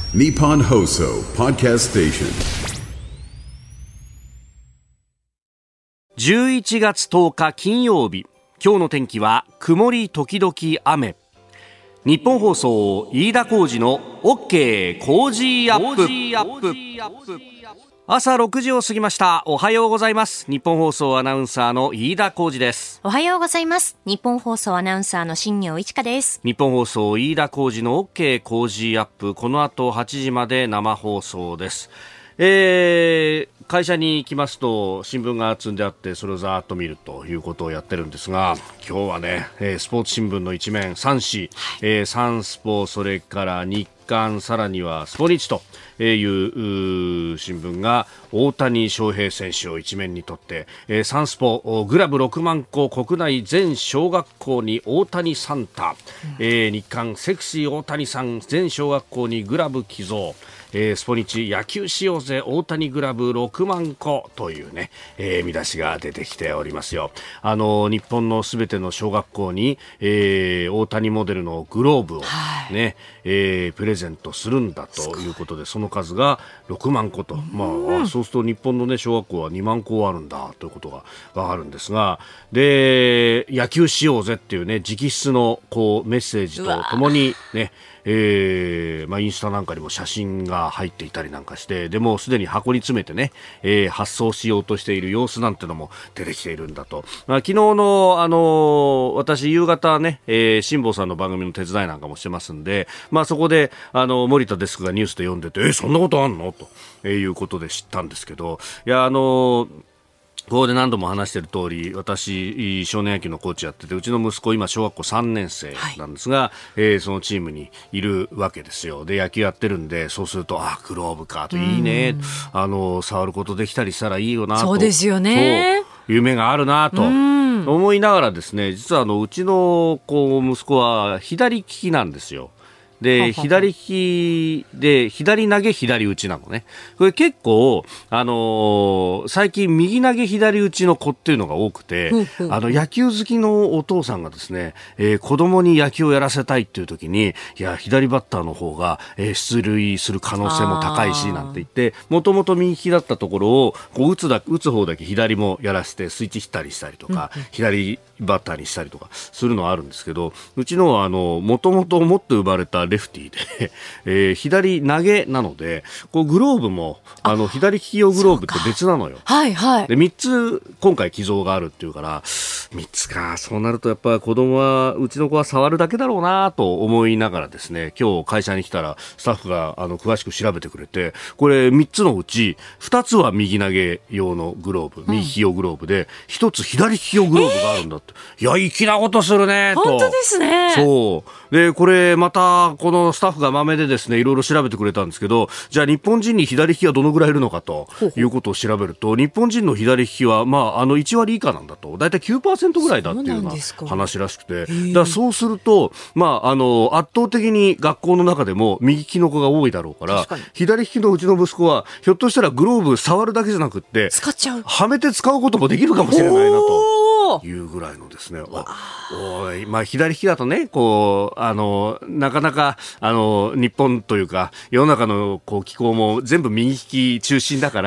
Nippon Hoso Podcast Station。 11月10日金曜日、今日の天気は曇り時々雨。日本放送飯田浩司の OK 工事アップ。朝6時を過ぎました。おはようございます。日本放送アナウンサーの飯田浩司です。 おはようございます。日本放送アナウンサーの新業一華です。 日本放送飯田浩司の OK 工事アップ、この後8時まで生放送です。会社に行きますと新聞が積んであって、それをざーっと見るということをやってるんですが、今日はね、スポーツ新聞の一面3紙、サンスポ、それから日刊、さらにはスポニチという新聞が大谷翔平選手を一面にとって、サンスポグラブ6万個、国内全小学校に大谷サンタ、日刊セクシー大谷さん、全小学校にグラブ寄贈、スポニチ野球しようぜ大谷グラブ6万個というね、見出しが出てきておりますよ。日本のすべての小学校に、大谷モデルのグローブをね、プレゼントするんだということで、その数が6万個と、そうすると日本の、ね、小学校は2万校あるんだということがわかるんですが、で野球しようぜっていうね、直筆のこうメッセージとともにね、インスタなんかにも写真が入っていたりなんかして、でもすでに箱に詰めてね、発送しようとしている様子なんてのも出てきているんだと。昨日の、私夕方ね、辛坊さんの番組の手伝いなんかもしてますんで、そこで森田デスクがニュースで読んでて、そんなことあんのということで知ったんですけど、いやここで何度も話している通り、私少年野球のコーチやってて、うちの息子今小学校3年生なんですが、そのチームにいるわけですよ。で野球やってるんで、そうするとグローブかと、いいね、触ることできたりしたらいいよなと。 そうですよね。 そう夢があるなと思いながらですね、実はうちの息子は左利きなんですよ。で左利きで左投げ左打ちなのね。これ結構、最近右投げ左打ちの子っていうのが多くて、野球好きのお父さんがですね、子供に野球をやらせたいっていう時に、いや左バッターの方が、出塁する可能性も高いしなんて言って、もともと右利きだったところをこう打つ方だけ左もやらせてスイッチしたりしたりとか、左バッターにしたりとかするのはあるんですけど、うちのはもともと持って生まれたレフティーで、左投げなので、こうグローブも左利き用グローブって別なのよ。はいはい。で3つ今回寄贈があるっていうから、3つか、そうなるとやっぱり子供は、うちの子は触るだけだろうなと思いながらですね、今日会社に来たらスタッフが詳しく調べてくれて、これ3つのうち2つは右投げ用のグローブ、右利き用グローブで、1つ左利き用グローブがあるんだって、いや粋なことするねと。 本当ですね。 そうで、これまたこのスタッフが豆でですね、いろいろ調べてくれたんですけど、じゃあ日本人に左利きがどのぐらいいるのかということを調べると、日本人の左利きは1割以下なんだと、だいたい 9% ぐらいだっていうような話らしくて、だからそうすると、圧倒的に学校の中でも右利きの子が多いだろうから、左利きのうちの息子はひょっとしたらグローブ触るだけじゃなくって使っちゃう、 はめて使うこともできるかもしれないなというぐらいのですね。左利きだとね、こうなかなか日本というか世の中の気候も全部右利き中心だから、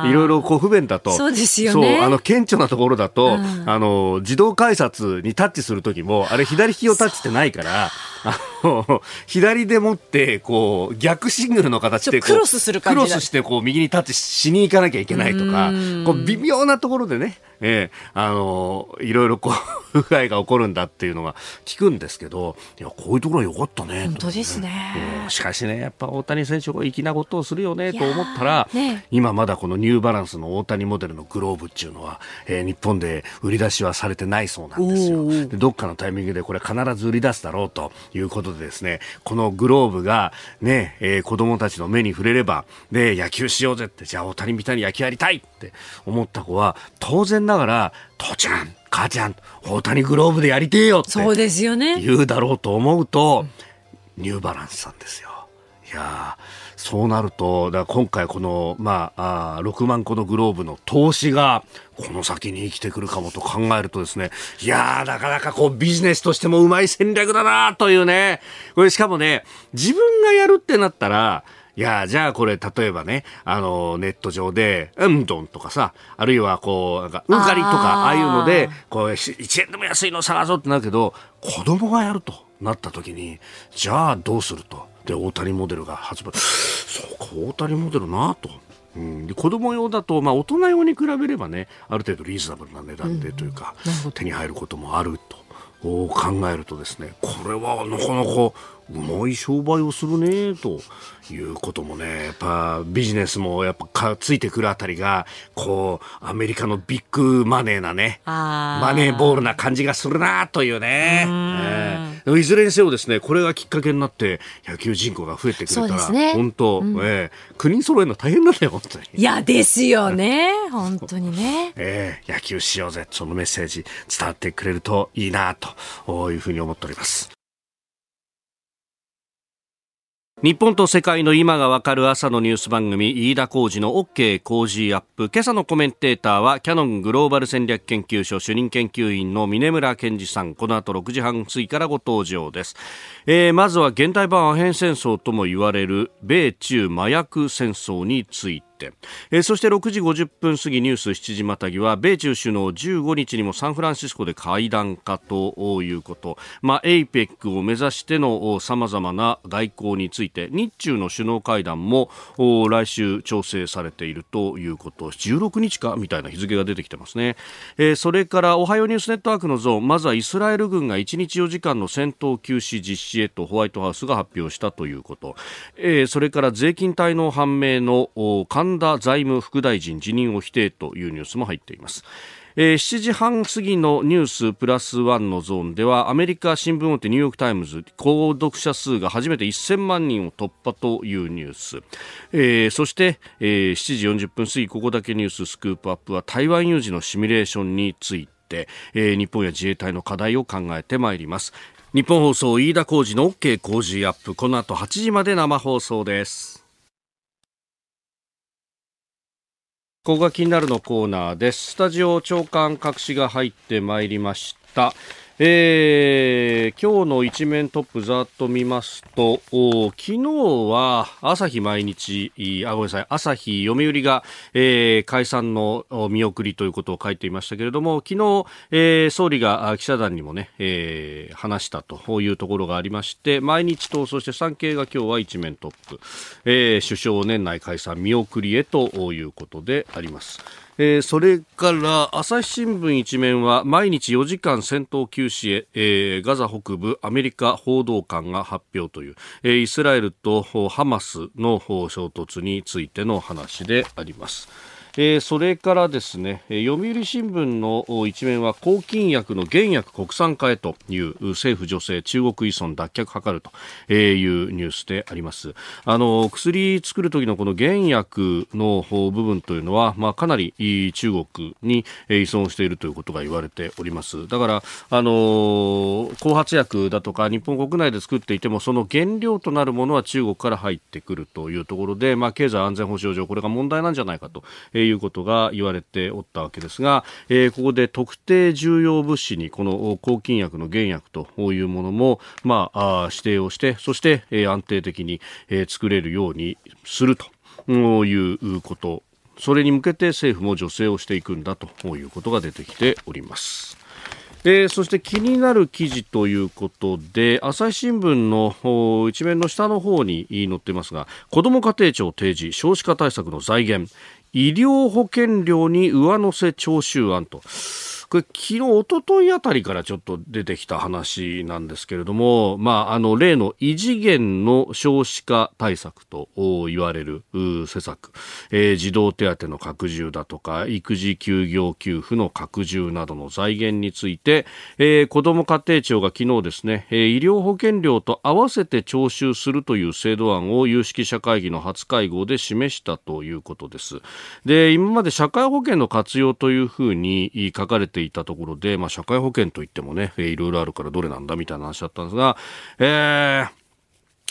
いろいろ不便だと。 そうですよね。 顕著なところだと、自動改札にタッチするときもあれ左利きをタッチってないから、左でもって逆シングルの形でクロスする感じだ、 クロスして右にタッチしに行かなきゃいけないとか、微妙なところでね、いろいろ不具合が起こるんだっていうのが聞くんですけど、いやこういうところは良かったね。 本当ですね。 しかしね、やっぱ大谷選手が粋なことをするよねと思ったら、今まだこのニューバランスの大谷モデルのグローブっていうのは、日本で売り出しはされてないそうなんですよ。でどっかのタイミングでこれ必ず売り出すだろうということでですね、このグローブがね、子供たちの目に触れれば、で野球しようぜって、じゃあ大谷みたいに野球やりたいって思った子は当然ながら、父ちゃん母ちゃん大谷グローブでやりてえよってそうですよね、 言うだろうと思うと、ニューバランスさんですよ。いやそうなると、だから今回この、6万個のグローブの投資がこの先に生きてくるかもと考えるとですね、いやなかなかビジネスとしてもうまい戦略だなというね。これしかもね、自分がやるってなったらいやじゃあこれ例えばねネット上でうんどんとかさ、あるいはこうなんかうんかりとかああいうのでこう1円でも安いの探そうってなるけど、子供がやるとなった時にじゃあどうすると。で大谷モデルが発売、そうか大谷モデルなと。で子供用だと、大人用に比べればねある程度リーズナブルな値段でというか、手に入ることもあると考えるとですね、これはなかなかうまい商売をするねということもね、やっぱビジネスもやっぱついてくるあたりがこうアメリカのビッグマネーなね、マネーボールな感じがするなというね。いずれにせよですね、これがきっかけになって野球人口が増えてくれたら、本当、国に揃えるの大変なんだよ本当に。 いやですよね本当にね。 野球しようぜ、そのメッセージ伝わってくれるといいなというふうに思っております。日本と世界の今がわかる朝のニュース番組、飯田浩司の OK 工事アップ。今朝のコメンテーターはキヤノングローバル戦略研究所主任研究員の峯村健二さん。この後6時半過ぎからご登場です。まずは現代版アヘン戦争とも言われる米中麻薬戦争について、そして6時50分過ぎニュース7時またぎは米中首脳15日にもサンフランシスコで会談かということ、APEC を目指しての様々な外交について日中の首脳会談も来週調整されているということ、16日かみたいな日付が出てきてますね。それからおはようニュースネットワークのゾーン、まずはイスラエル軍が1日4時間の戦闘休止実施へとホワイトハウスが発表したということ、それから税金滞納判明の神田財務副大臣辞任を否定というニュースも入っています。7時半過ぎのニュースプラスワンのゾーンではアメリカ新聞大手ニューヨークタイムズ購読者数が初めて1000万人を突破というニュース、そして、7時40分過ぎここだけニューススクープアップは台湾有事のシミュレーションについて、日本や自衛隊の課題を考えてまいります。日本放送飯田浩司の OK 工事アップ、この後8時まで生放送です。ここが気になるのコーナーです。スタジオ長官各紙が入ってまいりました。今日の一面トップざっと見ますと、昨日は朝日毎日、朝日読売が、解散の見送りということを書いていましたけれども、昨日、総理が記者団にもね、話したというところがありまして、毎日とそして産経が今日は一面トップ、首相年内解散見送りへということであります。それから朝日新聞一面は毎日4時間戦闘休止へ、ガザ北部アメリカ報道官が発表という、イスラエルとハマスの衝突についての話であります。それからですね、読売新聞の一面は抗菌薬の原薬国産化へという政府助成中国依存脱却図るというニュースであります。薬作る時のこの原薬の部分というのは、かなり中国に依存しているということが言われております。だから後発薬だとか日本国内で作っていてもその原料となるものは中国から入ってくるというところで、経済安全保障上これが問題なんじゃないかということが言われておったわけですが、ここで特定重要物資にこの抗菌薬の原薬というものも、指定をしてそして、安定的に、作れるようにするということ、それに向けて政府も助成をしていくんだということが出てきております。そして気になる記事ということで朝日新聞の一面の下の方に載っていますが、子ども家庭庁提示少子化対策の財源医療保険料に上乗せ徴収案と、これ昨日一昨日あたりからちょっと出てきた話なんですけれども、例の異次元の少子化対策と言われる施策、児童手当の拡充だとか育児休業給付の拡充などの財源について、子ども家庭庁が昨日ですね、医療保険料と合わせて徴収するという制度案を有識者会議の初会合で示したということです。で、今まで社会保険の活用というふうに書かれていたところで、社会保険といってもね、いろいろあるからどれなんだみたいな話だったんですが、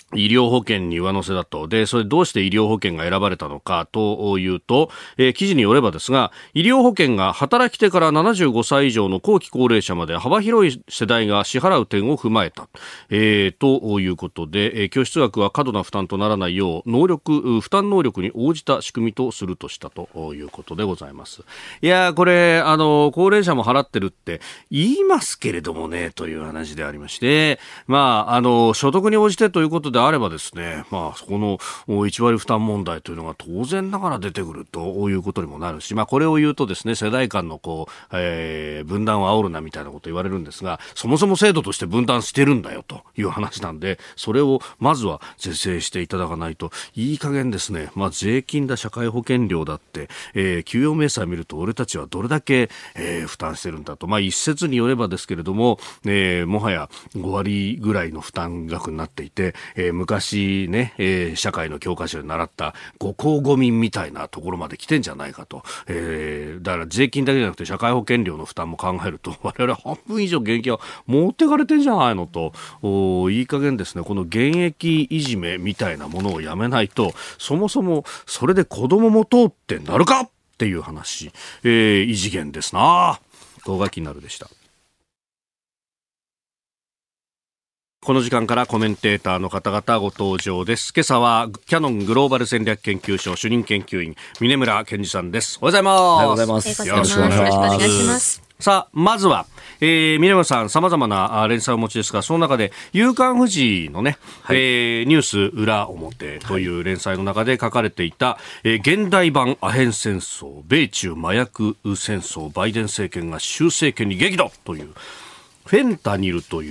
医療保険に上乗せだと。で、それどうして医療保険が選ばれたのかというと、記事によればですが、医療保険が働き手から75歳以上の後期高齢者まで幅広い世代が支払う点を踏まえた。ということで、拠出額は過度な負担とならないよう、負担能力に応じた仕組みとするとしたということでございます。いやー、これ、高齢者も払ってるって言いますけれどもね、という話でありまして、所得に応じてということであればですね、そこの1割負担問題というのが当然ながら出てくるということにもなるし、これを言うとですね、世代間の分断を煽るなみたいなこと言われるんですが、そもそも制度として分断してるんだよという話なんで、それをまずは是正していただかないといい加減ですね、税金だ社会保険料だって、給与明細見ると俺たちはどれだけ、負担してるんだと、一説によればですけれども、もはや5割ぐらいの負担額になっていて、昔ね、社会の教科書で習ったご公護民みたいなところまで来てんじゃないかと、だから税金だけじゃなくて社会保険料の負担も考えると我々半分以上現金は持ってかれてんじゃないのと、いい加減ですね、この現役いじめみたいなものをやめないと、そもそもそれで子供も通ってなるかっていう話、異次元ですな。動画気になるでした。この時間からコメンテーターの方々ご登場です。今朝はキヤノングローバル戦略研究所主任研究員峰村健二さんです。おはようございます。 おはようございます。 よろしくお願いします。さあ、まずは、峰村さん様々な連載をお持ちですが、その中で夕刊フジのね、ニュース裏表という連載の中で書かれていた、現代版アヘン戦争、米中麻薬戦争、バイデン政権が習政権に激怒というフェンタニルという、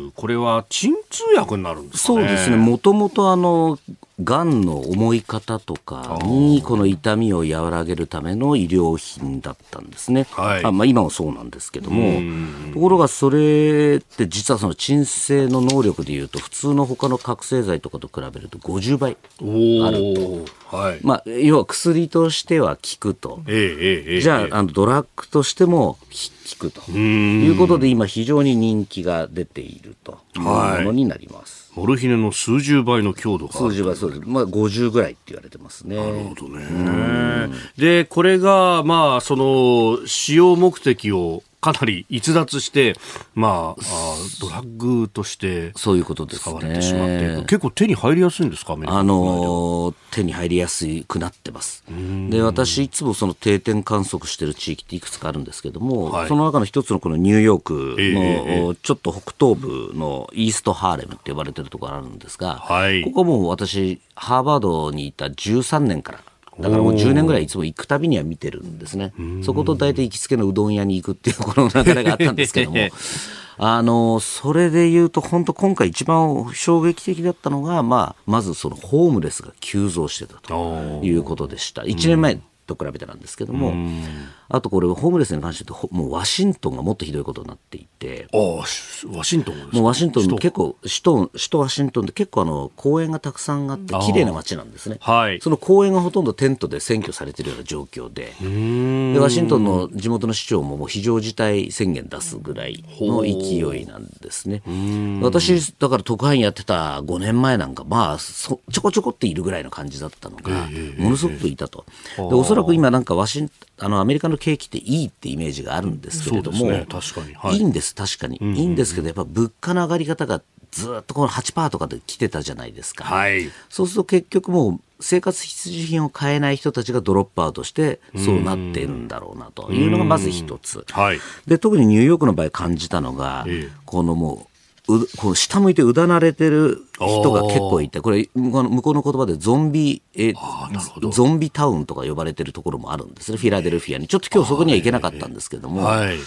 これは鎮痛薬になるんですかね。 そうですね。もともとがんの重い方とかにこの痛みを和らげるための医療品だったんですね。 はい。 今もそうなんですけども、ところがそれって実はその鎮静の能力でいうと普通の他の覚醒剤とかと比べると50倍あると。はい。要は薬としては効くと。じゃあ、ドラッグとしても効くということで今非常に人気が出ているというものになります。 モルヒネの数十倍の強度がある。 数十倍、そうです。50ぐらいって言われてますね。 なるほどね。で、これが、その、使用目的をかなり逸脱して、ドラッグとしてそういうことですね。 使われてしまっていく。結構手に入りやすいんですか、アメリカの手に入りやすくなってます。で、私いつもその定点観測している地域っていくつかあるんですけども、その中の一つのこのニューヨークのちょっと北東部のイーストハーレムって呼ばれてるところがあるんですが、ここも私ハーバードにいた13年からだからもう10年ぐらいいつも行くたびには見てるんですね。そこと大体行きつけのうどん屋に行くっていうこの流れがあったんですけどもそれで言うと本当今回一番衝撃的だったのが、まずそのホームレスが急増してたということでした。1年前と比べてなんですけども、あとこれホームレスに関してもうワシントンがもっとひどいことになっていて、 ワシントンですか。 もうワシントン結構首都ワシントンって結構公園がたくさんあって綺麗な街なんですね。その公園がほとんどテントで占拠されているような状況で、ワシントンの地元の市長ももう非常事態宣言出すぐらいの勢いなんですね。私だから特派員やってた5年前なんかちょこちょこっているぐらいの感じだったのがものすごくいたと。でおそらく今なんかアメリカの景気っていいってイメージがあるんですけれども、 確かに、 いいんです。確かにいいんですけど、やっぱ物価の上がり方がずっとこの 8% とかで来てたじゃないですか。そうすると結局もう生活必需品を買えない人たちがドロップアウトしてそうなっているんだろうなというのがまず一つ。で特にニューヨークの場合感じたのが、このもうこう下向いてうだなれてる人が結構いて、これ向こうの言葉でゾンビタウンとか呼ばれてるところもあるんですね。フィラデルフィアにちょっと今日そこには行けなかったんですけども、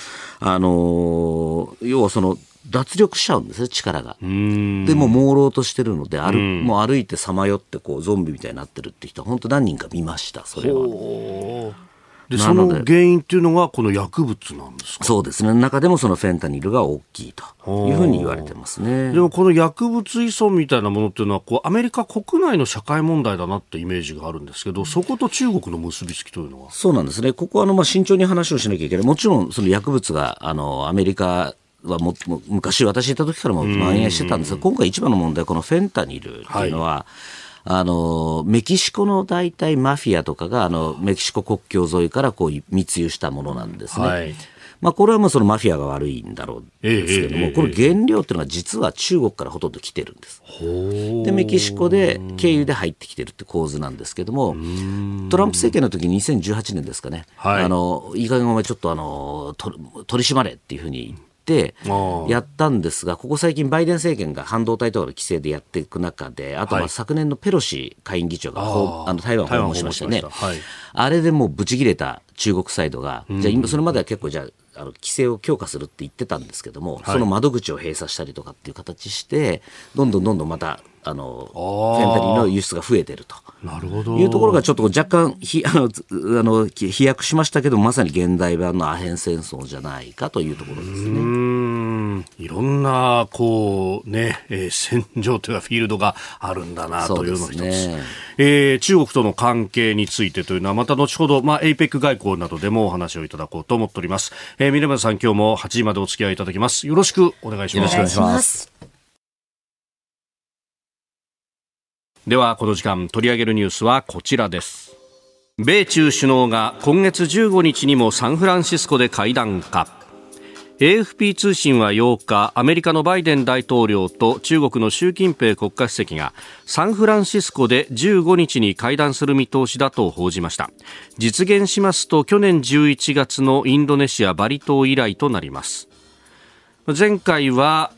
要はその脱力しちゃうんですね、力が。でも朦朧としてるのでもう歩いてさまよってこうゾンビみたいになってるって人は本当何人か見ました。それはでその原因っていうのがこの薬物なんですか。 そうですね。中でもそのフェンタニルが大きいというふうに言われてますね。 でもこの薬物依存みたいなものっていうのはアメリカ国内の社会問題だなってイメージがあるんですけど、そこと中国の結びつきというのは。 そうなんですね。ここは慎重に話をしなきゃいけない。もちろんその薬物がアメリカは昔私いた時からも蔓延してたんですが、今回一番の問題はこのフェンタニルっていうのは、メキシコの大体マフィアとかがメキシコ国境沿いからこう密輸したものなんですね。これはもうそのマフィアが悪いんだろうですけども、この原料っていうのは実は中国からほとんど来てるんです。でメキシコで経由で入ってきてるって構図なんですけども、トランプ政権の時に2018年ですかね、いい加減お前ちょっと取り締まれっていうふうに言ってやったんですが、ここ最近バイデン政権が半導体とかの規制でやっていく中で、あと昨年のペロシ下院議長が台湾を訪問しましたね。あれでもうブチ切れた中国サイドが、じゃあ今それまでは結構じゃあ規制を強化するって言ってたんですけども、その窓口を閉鎖したりとかっていう形してどんどんまたフェンタニルの輸出が増えてるというところがちょっと若干飛躍しましたけど、まさに現代版のアヘン戦争じゃないかというところですね。 いろんなこう、戦場というかフィールドがあるんだなというのを一つ、中国との関係についてというのはまた後ほど、APEC 外交などでもお話をいただこうと思っております。峰村さん、今日も8時までお付き合いいただきます。よろしくお願いします。 よろしくお願いします。 ではこの時間取り上げるニュースはこちらです。米中首脳が今月15日にもサンフランシスコで会談か。 AFP 通信は8日、アメリカのバイデン大統領と中国の習近平国家主席がサンフランシスコで15日に会談する見通しだと報じました。実現しますと去年11月のインドネシアバリ島以来となります。前回は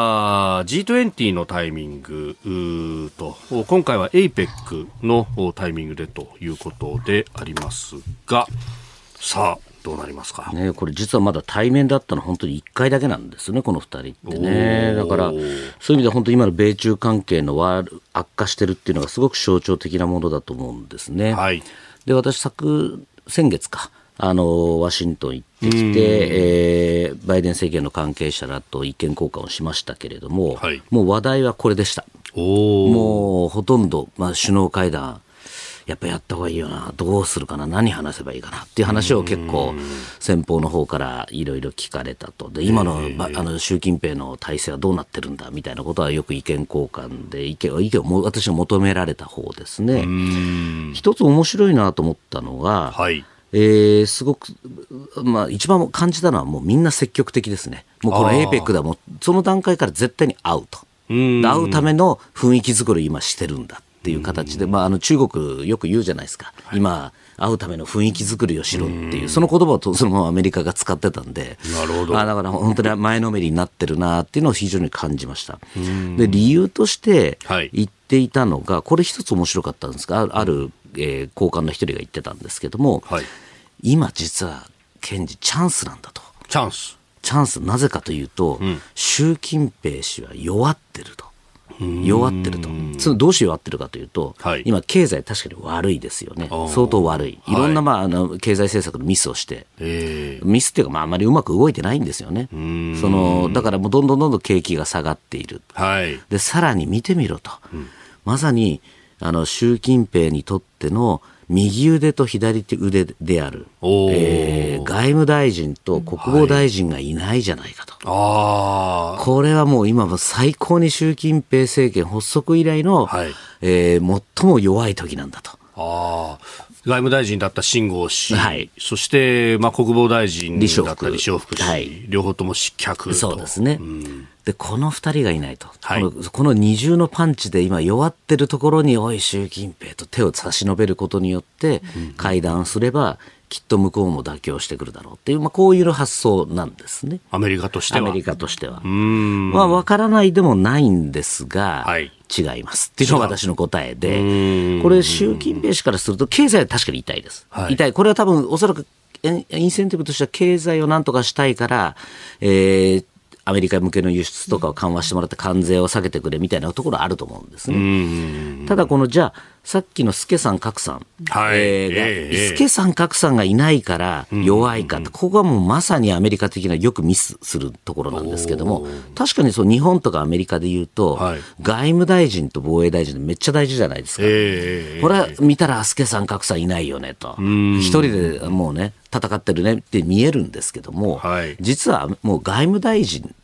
G20 のタイミングと、今回は APEC のタイミングでということでありますが、さあどうなりますかね。これ実はまだ対面だったの本当に1回だけなんですね、この2人ってね。だからそういう意味では本当に今の米中関係の悪化してるっていうのがすごく象徴的なものだと思うんですね。で私先月かワシントン行ってきて、バイデン政権の関係者らと意見交換をしましたけれども、もう話題はこれでした。もうほとんど、首脳会談やっぱやった方がいいよな、どうするかな、何話せばいいかなっていう話を結構先方の方からいろいろ聞かれたと。で今の習近平の体制はどうなってるんだみたいなことはよく意見交換で意見を私が求められた方ですね。一つ面白いなと思ったのが、すごく、一番感じたのはもうみんな積極的ですね。もうこの APEC ではもうその段階から絶対に会うと。会うための雰囲気作りを今してるんだっていう形で、中国よく言うじゃないですか。今会うための雰囲気作りをしろっていう、その言葉をそのままアメリカが使ってたんで、 なるほど。 だから本当に前のめりになってるなっていうのを非常に感じました。で理由として言っていたのが、これ一つ面白かったんですが、ある高官の一人が言ってたんですけども、今実は検事チャンスなんだと。チャンスなぜかというと、習近平氏は弱ってると。そのどうして弱ってるかというと、今経済確かに悪いですよね。相当悪い。いろんな、経済政策のミスをして、ミスっていうか、あまりうまく動いてないんですよね。だからもうどんどん景気が下がっている。でさらに見てみろと、まさに習近平にとっての右腕と左腕である、外務大臣と国防大臣がいないじゃないかと。これはもう今も最高に習近平政権発足以来の、最も弱い時なんだと。 外務大臣だった秦剛氏、そして、国防大臣だった李尚福氏、両方とも失脚と。 そうですね。でこの2人がいないと、この二重のパンチで今弱ってるところにおい習近平と手を差し伸べることによって会談すればきっと向こうも妥協してくるだろうっていう、こういう発想なんですね。 アメリカとしては。 分からないでもないんですが、違いますっていうのが私の答えで、これ習近平氏からすると経済は確かに痛いです。痛い。これは多分おそらくインセンティブとしては経済をなんとかしたいから、アメリカ向けの輸出とかを緩和してもらって関税を下げてくれみたいなところあると思うんですね。ただじゃあさっきの助さん格さん、助さん格さんがいないから弱いかと、ここはもうまさにアメリカ的なよくミスするところなんですけども、確かにそう日本とかアメリカで言うと、外務大臣と防衛大臣ってめっちゃ大事じゃないですか。これは見たら助さん格さんいないよねと、一人でもうね戦ってるねって見えるんですけども、実はもう外務大臣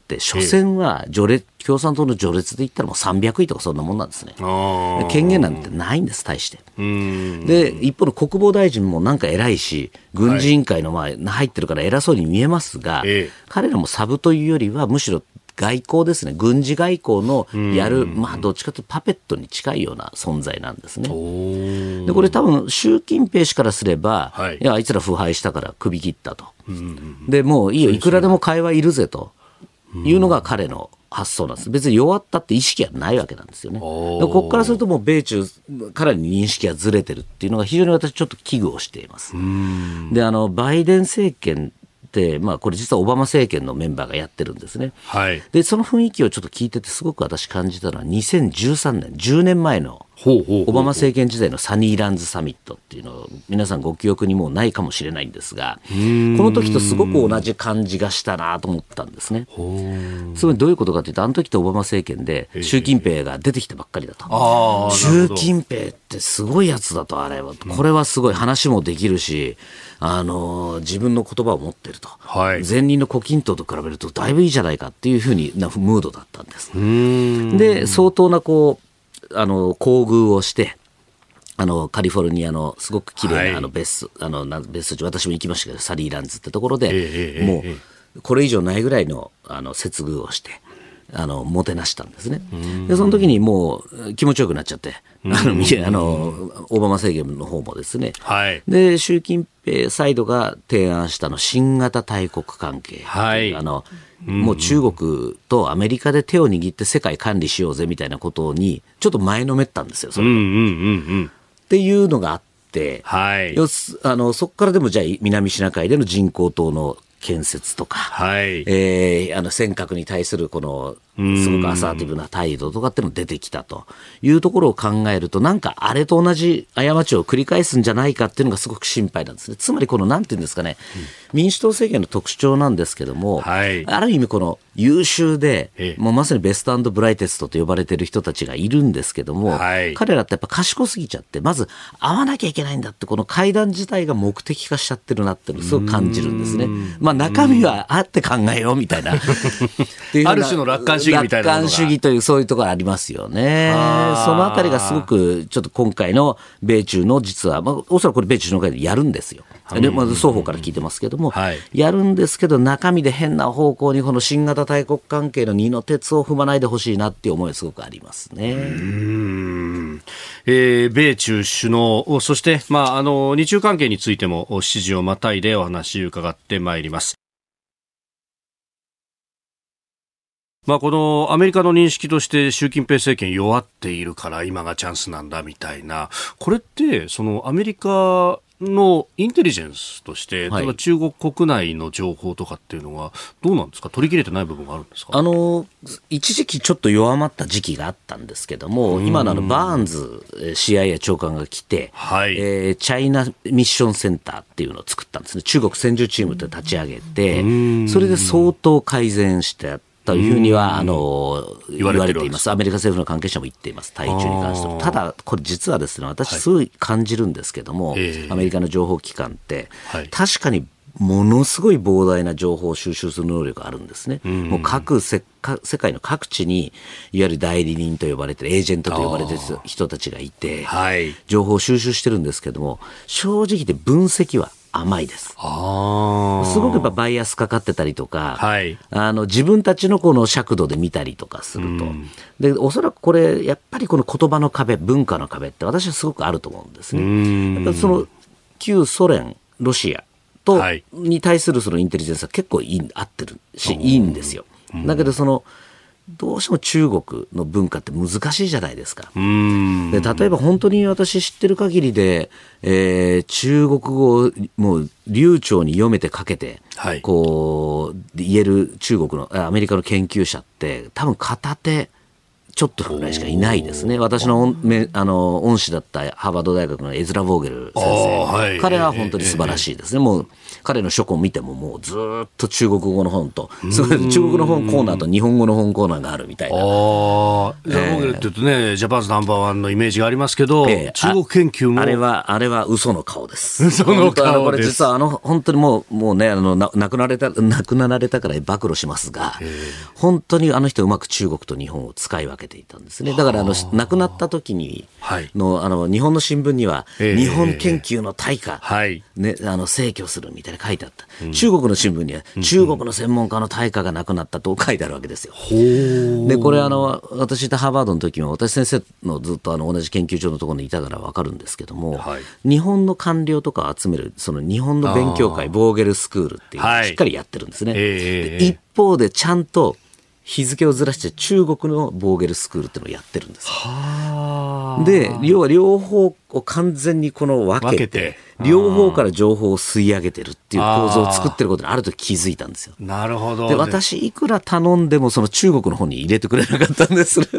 って所詮は共産党の序列で言ったらもう300位とかそんなもんなんですね。権限なんてないんです、大して。で一方の国防大臣もなんか偉いし軍事委員会の前に入ってるから偉そうに見えますが、彼らもサブというよりはむしろ外交ですね、軍事外交のやる、どっちかというとパペットに近いような存在なんですね。でこれ多分習近平氏からすれば、いやあいつら腐敗したから首切ったと、でもういいよ、いくらでも会話いるぜというのが彼の発想なんです。別に弱ったって意識はないわけなんですよね。でここからするともう米中からに認識がずれてるっていうのが非常に私ちょっと危惧をしています。でバイデン政権でこれ実はオバマ政権のメンバーがやってるんですね。でその雰囲気をちょっと聞いててすごく私感じたのは2013年10年前のオバマ政権時代のサニーランズサミットっていうのを皆さんご記憶にもうないかもしれないんですが、この時とすごく同じ感じがしたなと思ったんですね。つまりどういうことかというと、あの時ってオバマ政権で習近平が出てきたばっかりだと。習近平ってすごいやつだと、あれはこれはすごい話もできるし自分の言葉を持ってると、前任の胡錦涛と比べるとだいぶいいじゃないかっていうふうになムードだったんです。で相当な厚遇をしてカリフォルニアのすごく綺麗な別荘地、私も行きましたけどサニーランズってところで、もうこれ以上ないぐらいの接遇をしてもてなしたんですね。でその時にもう気持ちよくなっちゃってオバマ政権の方もですね、で習近平サイドが提案した新型大国関係、もう中国とアメリカで手を握って世界管理しようぜみたいなことにちょっと前のめったんですよ、それっていうのがあって、そこからでもじゃあ南シナ海での人工島の建設とか、尖閣に対するこのすごくアサーティブな態度とかっていうのが出てきたというところを考えると、なんかあれと同じ過ちを繰り返すんじゃないかっていうのがすごく心配なんですね。つまりこのなんていうんですかね、民主党政権の特徴なんですけども、ある意味この優秀でもうまさにベスト&ブライテストと呼ばれている人たちがいるんですけども、彼らってやっぱ賢すぎちゃって、まず会わなきゃいけないんだって、この会談自体が目的化しちゃってるなっていうのをすごく感じるんですね。中身はあって考えようみたいなある種の楽観主義みたいなものが、楽観主義というそういうところありますよね。そのあたりがすごくちょっと今回の米中の実は、おそらくこれ米中首脳会でやるんですよ。で双方から聞いてますけども、やるんですけど中身で変な方向にこの新型大国関係の二の鉄を踏まないでほしいなっていう思いはすごくありますね。 米中首脳、そして日中関係についても7時をまたいでお話を伺ってまいります。このアメリカの認識として習近平政権弱っているから今がチャンスなんだみたいな、これってそのアメリカのインテリジェンスとして、例えば中国国内の情報とかっていうのはどうなんですか、取り切れてない部分があるんですか。 一時期ちょっと弱まった時期があったんですけども、今のバーンズ CIA 長官が来て、チャイナミッションセンターっていうのを作ったんですね。中国専従チームって立ち上げて、それで相当改善してというふうには言われています。アメリカ政府の関係者も言っています。対中に関しても。ただこれ実はですね、私すごい感じるんですけども、アメリカの情報機関って、確かにものすごい膨大な情報を収集する能力があるんですね。もう世界の各地にいわゆる代理人と呼ばれているエージェントと呼ばれている人たちがいて、情報を収集してるんですけども、正直言って分析は甘いです。すごくやっぱバイアスかかってたりとか、自分たちのこの尺度で見たりとかすると、でおそらくこれやっぱりこの言葉の壁、文化の壁って私はすごくあると思うんですね。やっぱりその旧ソ連、ロシアと、に対するそのインテリジェンスは結構合ってるしいいんですよ。だけどどうしても中国の文化って難しいじゃないですか。で例えば本当に私知ってる限りで、中国語をもう流暢に読めて書けて、こう言える中国のアメリカの研究者って多分片手ちょっとぐらいしかいないですね。私の恩師だったハーバード大学のエズラ・ボーゲル先生、はい、彼は本当に素晴らしいですね。もう彼の書庫を見てももうずっと中国語の本と中国の本コーナーと日本語の本コーナーがあるみたいな。エズラ・ボーゲルって言うとね、ジャパンズナンバーワンのイメージがありますけど、中国研究もあれは嘘の顔です。 嘘の顔です。 これ実は本当にもうね亡くなられたから暴露しますが、本当にあの人うまく中国と日本を使い分けていたんですね。だから亡くなった時にの日本の新聞には日本研究の大家、ね、逝去するみたいな書いてあった、中国の新聞には中国の専門家の大家が亡くなったと書いてあるわけですよ。でこれ私いたハーバードの時も私先生のずっと同じ研究所のところにいたから分かるんですけども、日本の官僚とかを集めるその日本の勉強会ボーゲルスクールっていうのをしっかりやってるんですね。で一方でちゃんと日付をずらして中国のボーゲルスクールっていうのをやってるんです。で要は両方を完全に分けて両方から情報を吸い上げてるっていう構造を作ってることにある時気づいたんですよ。 なるほど。 で私いくら頼んでもその中国の方に入れてくれなかったんですと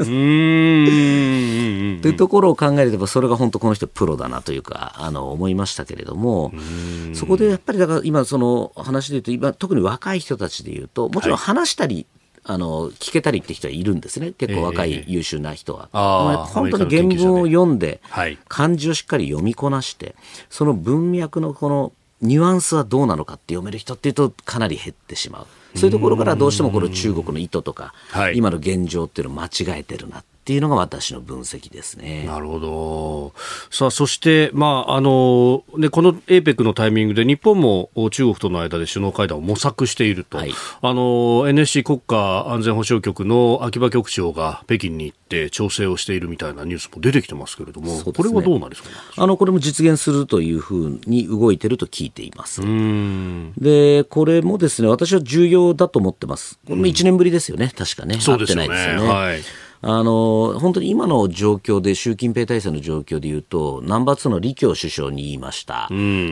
いうところを考えればそれが本当この人プロだなというか思いましたけれども、そこでやっぱりだから今その話で言うと今特に若い人たちで言うともちろん話したり、聞けたりって人はいるんですね。結構若い優秀な人は、本当に原文を読んで、漢字をしっかり読みこなしてその文脈のこのニュアンスはどうなのかって読める人っていうとかなり減ってしまう。そういうところからどうしてもこの中国の意図とか今の現状っていうのを間違えてるなっていうのが私の分析ですね。 なるほど。さあそして、この APEC のタイミングで日本も中国との間で首脳会談を模索していると、NSC 国家安全保障局の秋葉局長が北京に行って調整をしているみたいなニュースも出てきてますけれども、これはどうなりそうなんですか。 これも実現するというふうに動いていると聞いています。でこれもですね私は重要だと思ってます。これも1年ぶりですよね、確かね。 そうですよね。 会ってないですよね。本当に今の状況で習近平体制の状況でいうとナンバー2の李強首相に言いました、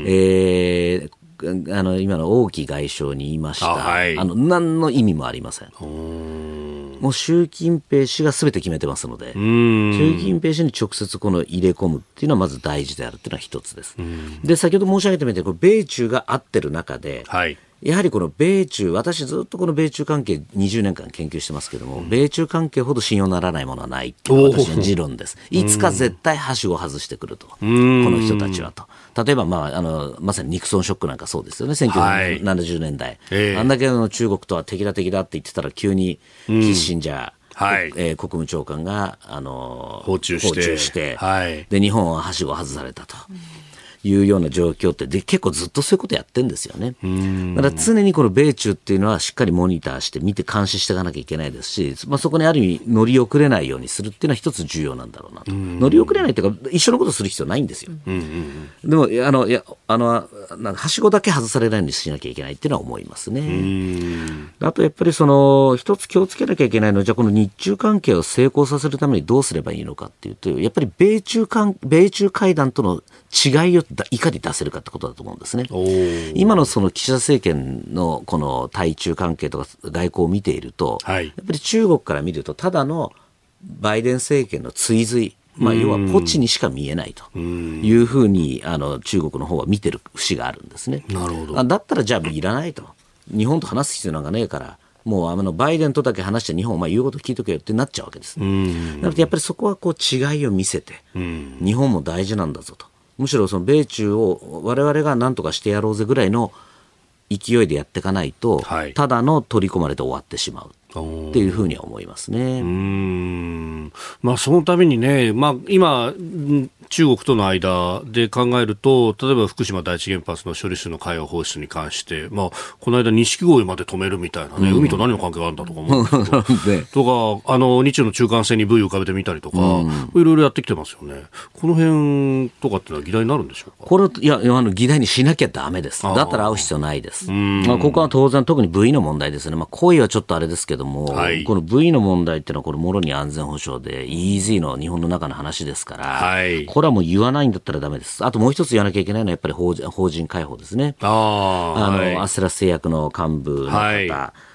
今の王毅外相に言いました、何の意味もありません。もう習近平氏が全て決めてますので習近平氏に直接この入れ込むっていうのはまず大事であるっていうのは一つです。で先ほど申し上げたみたいに米中が合ってる中で、やはりこの米中、私ずっとこの米中関係20年間研究してますけども、米中関係ほど信用ならないものはないっていうのが私の持論です。いつか絶対はしごを外してくると、この人たちはと。例えば、まさにニクソンショックなんかそうですよね。1970年代、あんだけ中国とは敵だって言ってたら急にキッシンジャー、国務長官が訪中して、 で日本ははしごを外されたと。いうような状況って結構ずっとそういうことやってるんですよね。だから常にこの米中っていうのはしっかりモニターして見て監視していかなきゃいけないですし、そこにある意味乗り遅れないようにするっていうのは一つ重要なんだろうなと。乗り遅れないっていうか一緒のことする必要ないんですよ。でもはしごだけ外されないようにしなきゃいけないっていうのは思いますね。あとやっぱり一つ気をつけなきゃいけないのはじゃあこの日中関係を成功させるためにどうすればいいのかっていうとやっぱり米中会談との違いをいかに出せるかってことだと思うんですね。今のその岸田政権のこの対中関係とか外交を見ていると、やっぱり中国から見るとただのバイデン政権の追随、要はポチにしか見えないというふうに中国の方は見てる節があるんですね。 なるほど。 だったらじゃあいらないと、日本と話す必要なんかねえからもうバイデンとだけ話して日本言うこと聞いとけよってなっちゃうわけです。なのでやっぱりそこは違いを見せて、日本も大事なんだぞと、むしろその米中を我々が何とかしてやろうぜぐらいの勢いでやっていかないと、ただの取り込まれて終わってしまうっていうふうには思いますね。 そのためにね、今中国との間で考えると例えば福島第一原発の処理水の海洋放出に関して、この間錦鯉まで止めるみたいなね、海と何の関係があるんだとか思うんですけどとか日中の中間線にブイ浮かべてみたりとか、いろいろやってきてますよね。この辺とかってのは議題になるんでしょうか。 これ議題にしなきゃダメです。だったら会う必要ないです。ここは当然特に V の問題ですね。行為はちょっとあれですけども、この V の問題っていうのはこれもろに安全保障で EEZ の日本の中の話ですから、これはもう言わないんだったらダメです。あともう一つ言わなきゃいけないのはやっぱり法人解放ですね。アステラス製薬の幹部の方、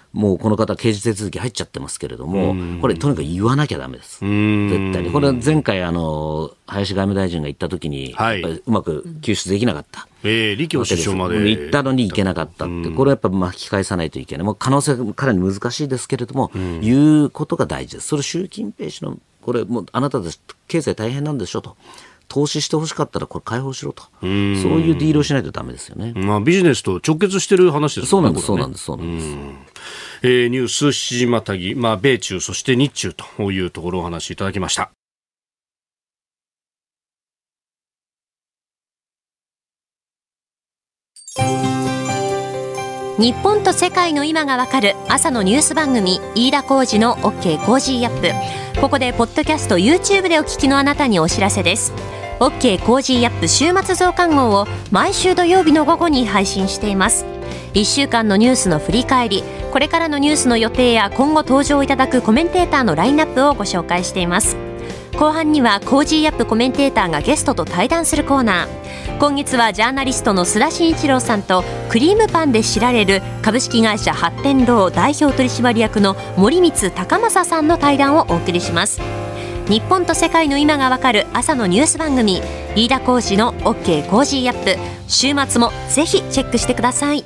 もうこの方刑事手続き入っちゃってますけれども、これとにかく言わなきゃダメです。絶対に。これは前回林外務大臣が行った時に、やっぱりうまく救出できなかった。 李強首相まで行ったのに行けなかったって、これはやっぱ巻き返さないといけない。もう可能性がかなり難しいですけれども、言うことが大事です。それ習近平氏の、これもうあなたたち経済大変なんでしょと。投資してほしかったらこれ解放しろと。そういうディールをしないとダメですよね。 ビジネスと直結してる話ですね。 そうなんです、そうなんです、そうなんです。 ニュース7時またぎ、米中そして日中というところをお話しいただきました。 日本と世界の今がわかる朝のニュース番組、飯田浩司の OK コージーアップ。ここでポッドキャスト YouTube でお聞きのあなたにお知らせです。 OK コージーアップ週末増刊号を毎週土曜日の午後に配信しています。1週間のニュースの振り返り、これからのニュースの予定や今後登場いただくコメンテーターのラインナップをご紹介しています。後半にはコージーアップコメンテーターがゲストと対談するコーナー。今月はジャーナリストの須田慎一郎さんとクリームパンで知られる株式会社発展堂代表取締役の森光孝正さんの対談をお送りします。日本と世界の今がわかる朝のニュース番組、飯田浩司の OK コージーアップ。週末もぜひチェックしてください。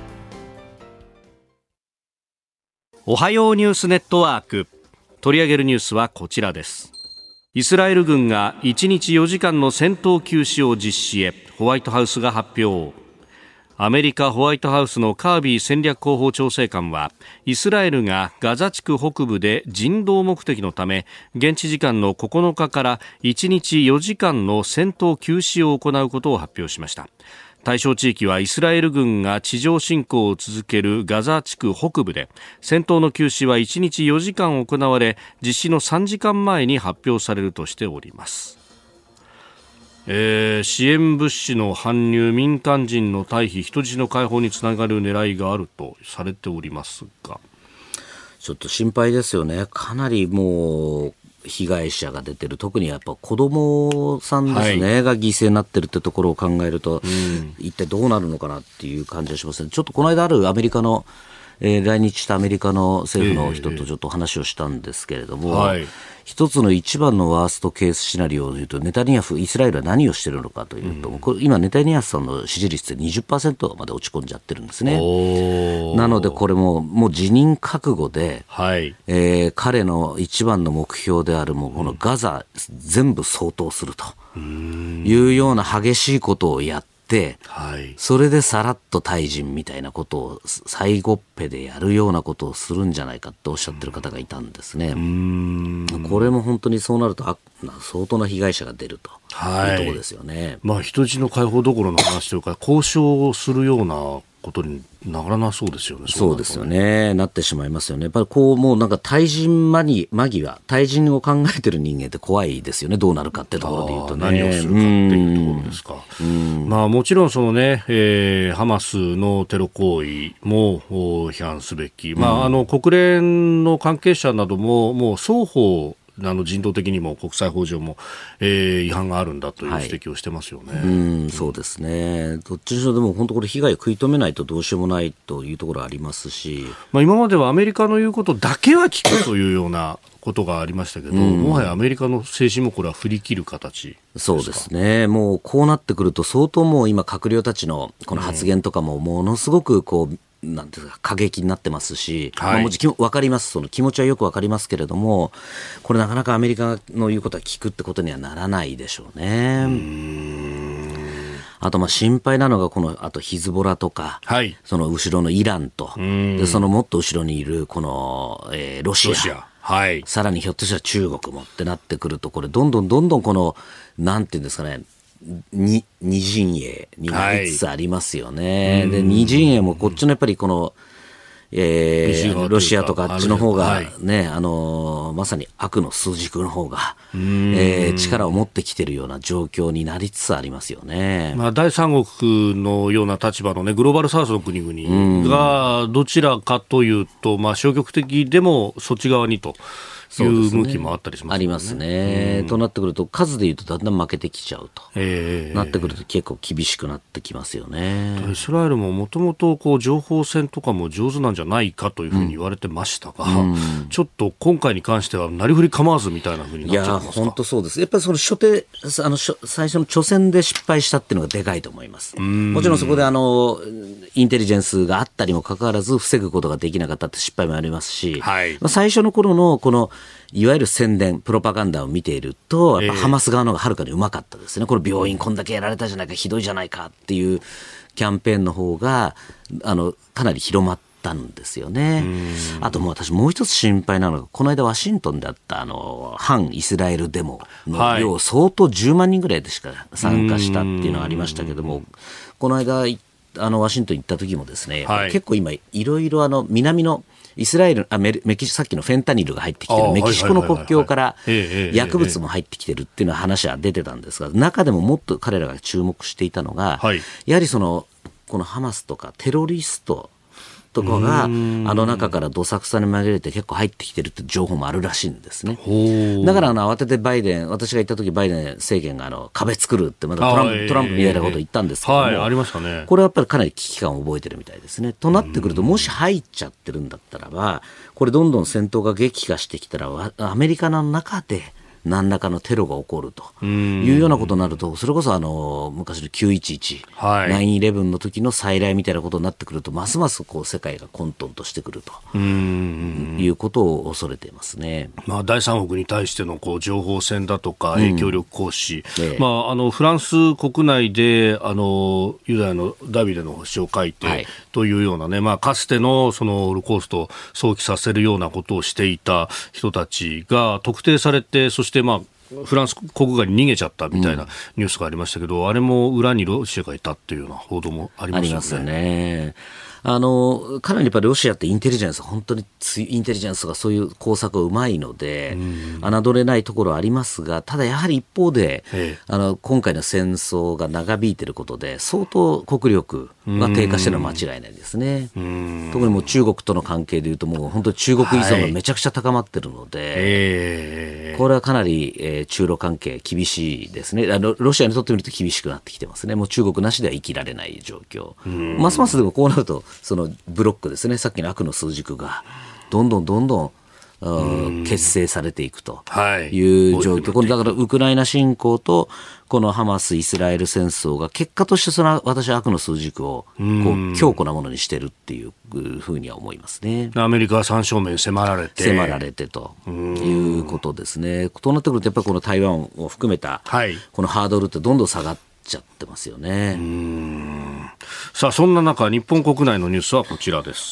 おはようニュースネットワーク、取り上げるニュースはこちらです。イスラエル軍が1日4時間の戦闘休止を実施へ、ホワイトハウスが発表。アメリカホワイトハウスのカービー戦略広報調整官は、イスラエルがガザ地区北部で人道目的のため現地時間の9日から1日4時間の戦闘休止を行うことを発表しました。対象地域はイスラエル軍が地上侵攻を続けるガザ地区北部で、戦闘の休止は1日4時間行われ、実施の3時間前に発表されるとしております。支援物資の搬入、民間人の退避、人質の解放につながる狙いがあるとされておりますが、 ちょっと心配ですよね。かなりもう被害者が出てる、特にやっぱ子供さんですね、が犠牲になってるってところを考えると、一体どうなるのかなっていう感じがしますね。ちょっとこの間あるアメリカの、来日したアメリカの政府の人とちょっと話をしたんですけれども、一つの一番のワーストケースシナリオを言うと、ネタニヤフ、イスラエルは何をしているのかというと、これ今ネタニヤフさんの支持率って 20% まで落ち込んじゃってるんですね。なのでこれもう辞任覚悟で、彼の一番の目標であるもうこのガザ全部掃討するというような激しいことをやって、それでさらっと退陣みたいなことを最後っぺでやるようなことをするんじゃないかっておっしゃってる方がいたんですね。これも本当にそうなると相当な被害者が出るというところですよね。 人質の解放どころの話というか、交渉をするようなことにならなそうですよね。 そうですよね。なってしまいますよね。やっぱりこうもうなんか退陣間際、退陣を考えてる人間って怖いですよね。どうなるかってところで言うとね。 何をするかっていうところですか。もちろんそのね、ハマスのテロ行為も批判すべき。国連の関係者などももう双方人道的にも国際法上も、違反があるんだという指摘をしてますよね。 そうですね。どっちにしろでも本当これ被害を食い止めないとどうしようもないというところありますし、 今まではアメリカの言うことだけは聞くというようなことがありましたけど、もはやアメリカの精神もこれは振り切る形ですか。 そうですね。もうこうなってくると相当もう今閣僚たちのこの発言とかもものすごくこうなんていうか過激になってますし、もちろん分かります。その気持ちはよく分かりますけれども、これなかなかアメリカの言うことは聞くってことにはならないでしょうね。あと心配なのがあとヒズボラとか、その後ろのイランと、でそのもっと後ろにいるこの、ロシア、さらにひょっとしたら中国もってなってくると、これどんどんこのなんていうんですかね、二陣営になりつつありますよね。で二陣営もこっちのやっぱりこの、ロシアとかあっちの方がね、まさに悪の枢軸の方が、力を持ってきているような状況になりつつありますよね。 第三国のような立場のね、グローバルサウスの国々がどちらかというと、消極的でもそっち側にという向きもあったりしますね。 ありますね。となってくると数でいうとだんだん負けてきちゃうと、なってくると結構厳しくなってきますよね。 イスラエルももともと情報戦とかも上手なんじゃないかというふうに言われてましたが、ちょっと今回に関してはなりふり構わずみたいなふうになっちゃうんですか。 いや本当そうです。やっぱりその最初の初戦で失敗したっていうのがでかいと思います。もちろんそこでインテリジェンスがあったにもかかわらず防ぐことができなかったって失敗もありますし、最初の頃のこのいわゆる宣伝プロパガンダを見ているとやっぱハマス側の方がはるかにうまかったですね。これ病院こんだけやられたじゃないか、ひどいじゃないかっていうキャンペーンの方がかなり広まったんですよね。あと私もう一つ心配なのが、この間ワシントンであった反イスラエルデモの量、相当10万人ぐらいでしか参加したっていうのがありましたけども、この間ワシントン行った時もですね、結構今いろいろ南のイスラエルさっきのフェンタニルが入ってきてるメキシコの国境から薬物も入ってきてるっていうのは話は出てたんですが、中でももっと彼らが注目していたのが、やはりこのハマスとかテロリストとかが中からどさくさに紛れて結構入ってきてるって情報もあるらしいんですね。だから慌てて私が行った時バイデン政権が壁作るってまたトランプみたいなことを言ったんですけども、 ありましたね。 これはやっぱりかなり危機感を覚えてるみたいですね。となってくると、もし入っちゃってるんだったらば、これどんどん戦闘が激化してきたらアメリカの中で何らかのテロが起こるというようなことになると、それこそ昔の911、9/11 の時の再来みたいなことになってくると、ますます世界が混沌としてくるということを恐れていますね。 第三国に対しての情報戦だとか影響力行使、フランス国内でユダヤのダビデの星を書いて、というようなね、かつてのそのホロコーストを想起させるようなことをしていた人たちが特定されて、そしてフランス国外に逃げちゃったみたいなニュースがありましたけど、あれも裏にロシアがいたっていうような報道もありますよね。ありますよね。 かなりやっぱりロシアってインテリジェンス、本当にインテリジェンスがそういう工作がうまいので、侮れないところはありますが、ただやはり一方で、今回の戦争が長引いていることで、相当国力が低下しているのは間違いないですね。特にもう中国との関係でいうと、もう本当に中国依存がめちゃくちゃ高まっているので、これはかなり、中ロ関係厳しいですね。ロシアにとってみると厳しくなってきてますね。もう中国なしでは生きられない状況。ますますでもこうなると、そのブロックですね、さっきの悪の数軸がどんどん結成されていくという状況、だからウクライナ侵攻とこのハマス・イスラエル戦争が結果として私は悪の数軸を強固なものにしてるっていうふうには思いますね。 アメリカは三正面迫られてということですね。となってくるとやっぱりこの台湾を含めたこのハードルってどんどん下がってちゃってますよね。 さあそんな中、日本国内のニュースはこちらです。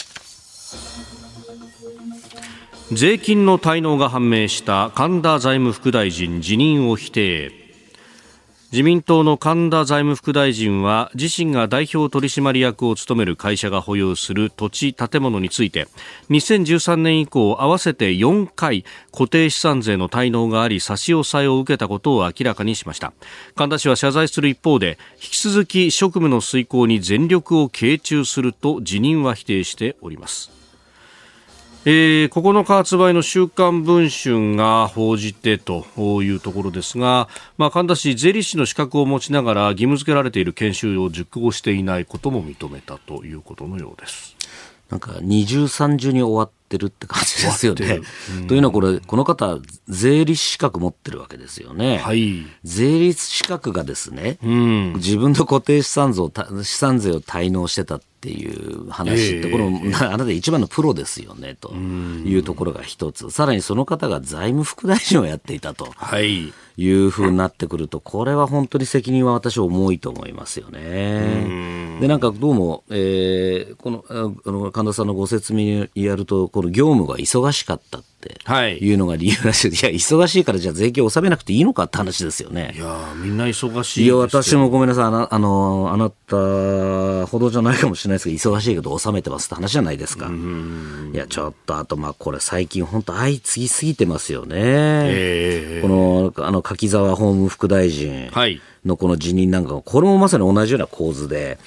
税金の滞納が判明した神田財務副大臣辞任を否定。自民党の神田財務副大臣は自身が代表取締役を務める会社が保有する土地建物について2013年以降合わせて4回固定資産税の滞納があり差し押さえを受けたことを明らかにしました。神田氏は謝罪する一方で引き続き職務の遂行に全力を傾注すると辞任は否定しております。9日発売の週刊文春が報じてというところですが、神田氏、税理士の資格を持ちながら義務付けられている研修を受講していないことも認めたということのようです。 なんか二重三重に終わってるって感じですよね。というのはこの方税理士資格持ってるわけですよね。税理士資格がですね、自分の固定資産税を滞納してたっていう話って、あなた一番のプロですよねというところが一つ、さらにその方が財務副大臣をやっていたというふうになってくると、これは本当に責任は私は重いと思いますよね。でなんかどうも、この神田さんのご説明にやると、この業務が忙しかったっていうのが理由らしい。いや忙しいからじゃあ税金を納めなくていいのかって話ですよね。 いやみんな忙しいですよ。 いや私もごめんなさい、あなたほどじゃないかもしれないですけど忙しいけど納めてますって話じゃないですか。いやちょっとあとこれ最近本当相次ぎすぎてますよね。この柿沢法務副大臣のこの辞任なんかもこれもまさに同じような構図で、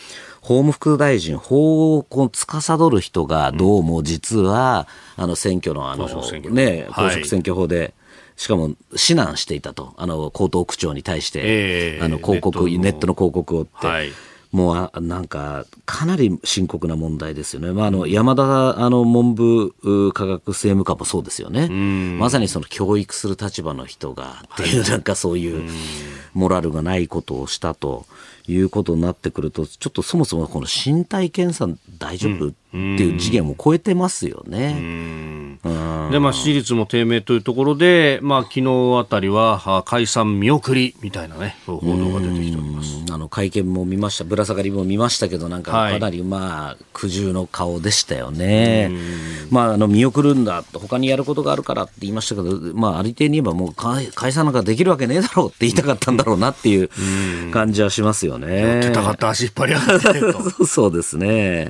法務副大臣、法を司る人がどうも実は、選挙の公職選挙法で、しかも指南していたと、江東区長に対して、ネットの広告をって、もうなんかかなり深刻な問題ですよね。山田文部科学政務官もそうですよね。まさにその教育する立場の人がっていう、なんかそういうモラルがないことをしたということになってくると、ちょっとそもそもこの身体検査大丈夫っていう次元を超えてますよね。 で、支持率も低迷というところで、昨日あたりは解散見送りみたいなね、報道が出てきております。 会見も見ました、ぶら下がりも見ましたけど、なんかかなり苦渋の顔でしたよね。見送るんだ、他にやることがあるからって言いましたけど、ありていに言えばもう解散なんかできるわけねえだろうって言いたかったんだろうなっていう感じはしますよね。 やってたかった足引っ張り上がってとそうですね。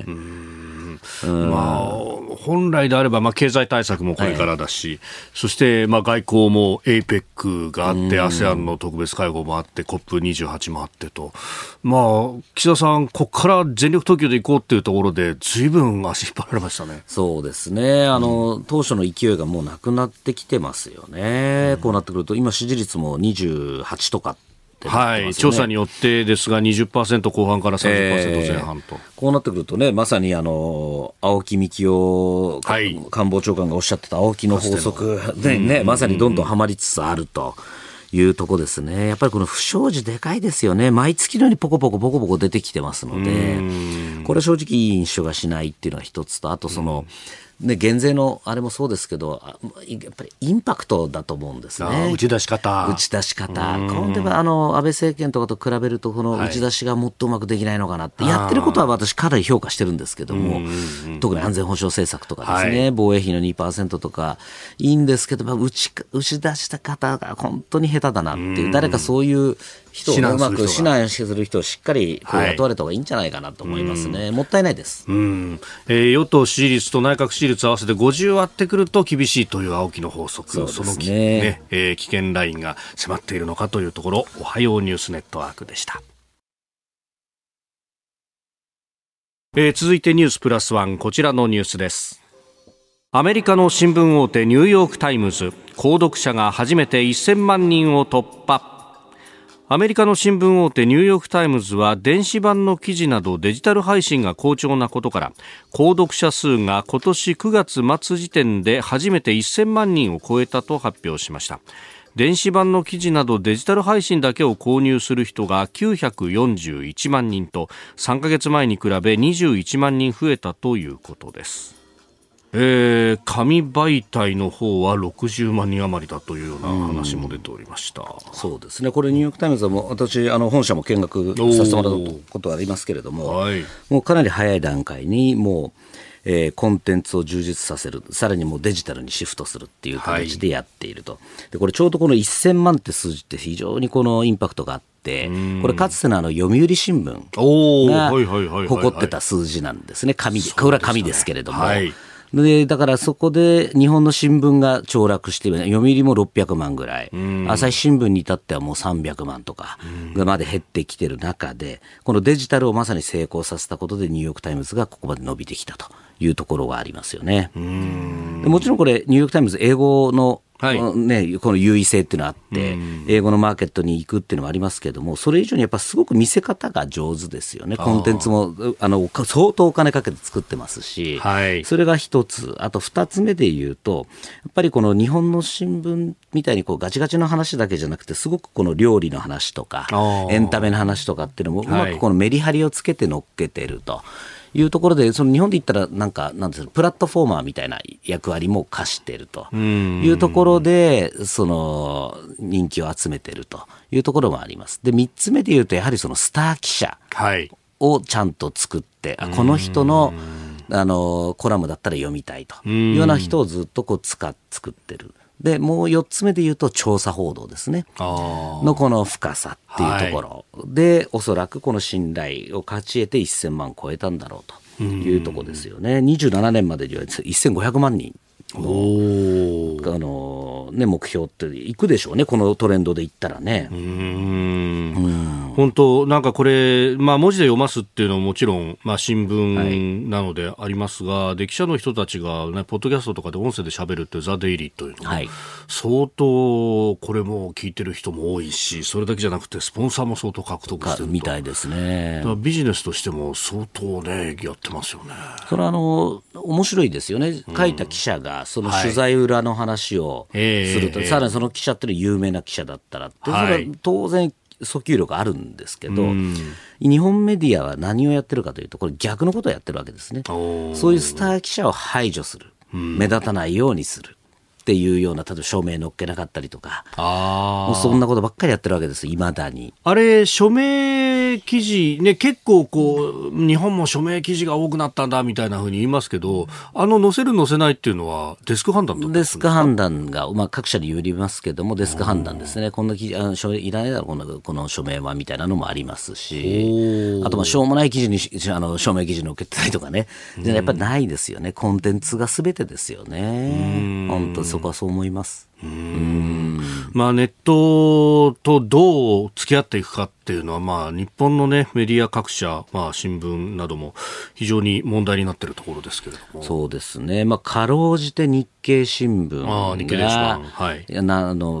本来であれば、経済対策もこれからだし、そして外交も APEC があって、ASEAN の特別会合もあって、COP28 もあってと、岸田さん、ここから全力投球でいこうっていうところで、ずいぶん足引っ張られましたね。 そうですね。当初の勢いがもうなくなってきてますよね。こうなってくると、今支持率も28とか。 調査によってですが 20% 後半から 30% 前半と、 こうなってくるとね、まさに青木幹雄官房長官がおっしゃってた青木の法則で、まさにどんどんはまりつつあるというとこですね。やっぱりこの不祥事でかいですよね。毎月のようにポコポコ出てきてますので、これは正直いい印象がしないっていうのは一つと、あと減税のあれもそうですけど、やっぱりインパクトだと思うんですね。 打ち出し方。 今度は安倍政権とかと比べると、この打ち出しがもっとうまくできないのかなって、やってることは私かなり評価してるんですけども、特に安全保障政策とかですね、防衛費の 2% とかいいんですけど、打ち出した方が本当に下手だなっていう、誰かそういう人をうまく指南する人をしっかり雇われた方がいいんじゃないかなと思いますね。もったいないです。 与党支持率と内閣支持率合わせて50割ってくると厳しいという青木の法則、その危険ラインが迫っているのかというところ。おはようニュースネットワークでした。続いてニュースプラスワン、こちらのニュースです。アメリカの新聞大手ニューヨークタイムズ、購読者が初めて1000万人を突破。アメリカの新聞大手ニューヨークタイムズは電子版の記事などデジタル配信が好調なことから、購読者数が今年9月末時点で初めて1000万人を超えたと発表しました。電子版の記事などデジタル配信だけを購入する人が941万人と、3ヶ月前に比べ21万人増えたということです。紙媒体の方は60万人余りだというような話も出ておりました。 そうですね。これニューヨークタイムズはもう私本社も見学させてもらったことがありますけれども、もうかなり早い段階にもうコンテンツを充実させる、さらにもうデジタルにシフトするっていう形でやっていると。でこれちょうどこの1000万って数字って非常にこのインパクトがあって、これかつての読売新聞が誇ってた数字なんですね。これは紙ですけれども、でだからそこで日本の新聞が凋落して、読売も600万ぐらい、朝日新聞に至ってはもう300万とかまで減ってきてる中で、このデジタルをまさに成功させたことでニューヨークタイムズがここまで伸びてきたというところがありますよね。でもちろんこれニューヨークタイムズ英語のこの優位性っていうのがあって、英語のマーケットに行くっていうのもありますけれども、それ以上にやっぱすごく見せ方が上手ですよね。コンテンツも相当お金かけて作ってますし、それが一つ。あと二つ目で言うと、やっぱりこの日本の新聞みたいにガチガチの話だけじゃなくて、すごくこの料理の話とかエンタメの話とかっていうのもうまくこのメリハリをつけて乗っけてるというところで、その日本で言ったらなんですか、プラットフォーマーみたいな役割も課しているというところで、その人気を集めているというところもあります。で3つ目で言うと、やはりそのスター記者をちゃんと作って、この人のコラムだったら読みたいというような人をずっと作ってる。でもう4つ目で言うと調査報道ですねのこの深さっていうところで、おそらくこの信頼を勝ち得て1000万超えたんだろうというところですよね。27年までには1500万人の目標っていくでしょうね、このトレンドでいったらね。 本当なんかこれ、まあ、文字で読ますっていうのはもちろん、まあ、新聞なのでありますが、で記者の人たちが、ね、ポッドキャストとかで音声で喋るっていうザ・デイリーというのも、相当これも聞いてる人も多いし、それだけじゃなくてスポンサーも相当獲得してるみたいですね。 だからビジネスとしても相当ねやってますよね。 それは面白いですよね。書いた記者がその取材裏の話をすると、さらにその記者っていうのは有名な記者だったらって、それは当然訴求力あるんですけど、日本メディアは何をやってるかというと、これ逆のことをやってるわけですね。そういうスター記者を排除する、目立たないようにするっていうような、例えば署名載っけなかったりとか、もうそんなことばっかりやってるわけです、いまだに。 あれ署名記事ね、結構こう日本も署名記事が多くなったんだみたいな風に言いますけど、載せる載せないっていうのはデスク判断だったんですか？ デスク判断が、まあ、各社によりますけども、デスク判断ですね。こんな記事署名いらないだろう、この署名はみたいなのもありますし、あとまあしょうもない記事に署名記事載っけてたりとかね、やっぱりないですよね。コンテンツが全てですよね。本当そこはそう思います。 まあ、ネットとどう付き合っていくかっていうのは、まあ、日本の、ね、メディア各社、まあ、新聞なども非常に問題になっているところですけれども。 そうですね、まあ、かろうじて日経新聞が日経電子版、はい、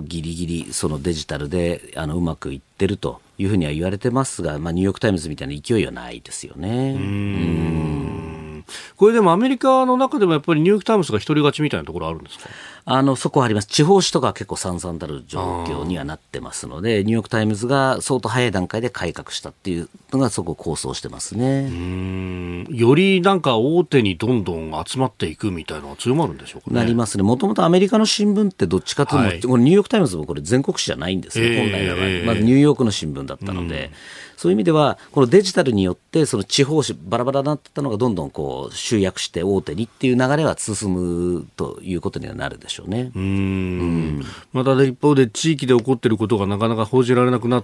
ギリギリそのデジタルでうまくいってるというふうには言われてますが、まあ、ニューヨークタイムズみたいな勢いはないですよね。 これでもアメリカの中でもやっぱりニューヨークタイムズが一人勝ちみたいなところあるんですか？ そこはあります。地方紙とかは結構惨々たる状況にはなってますので、ニューヨークタイムズが相当早い段階で改革したっていうのがそこを構想してますね。 よりなんか大手にどんどん集まっていくみたいなのが強まるんでしょうかね。 なりますね。もともとアメリカの新聞ってどっちかというと、これニューヨークタイムズもこれ全国紙じゃないんですよ、本来は。まずニューヨークの新聞だったので、そういう意味ではこのデジタルによってその地方紙バラバラになってたのがどんどんこう集約して大手にっていう流れは進むということにはなるでしょうね。 また一方で地域で起こっていることがなかなか報じられなくなって、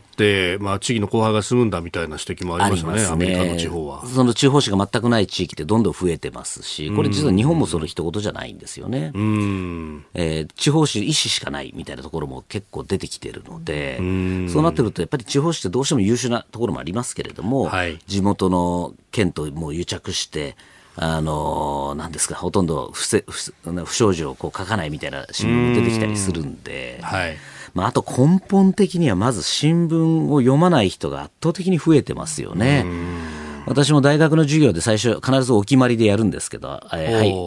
まあ、地域の荒廃が進むんだみたいな指摘もありますね。アメリカの地方はその地方紙が全くない地域ってどんどん増えてますし、これ実は日本もその一言じゃないんですよね。地方紙一紙しかないみたいなところも結構出てきているので、そうなってくるとやっぱり地方紙ってどうしても優秀なところもありますけれども、地元の県ともう癒着してなんですか、ほとんど不祥事をこう書かないみたいな新聞も出てきたりするんで、まあ、あと根本的にはまず新聞を読まない人が圧倒的に増えてますよね。私も大学の授業で最初必ずお決まりでやるんですけど、はい、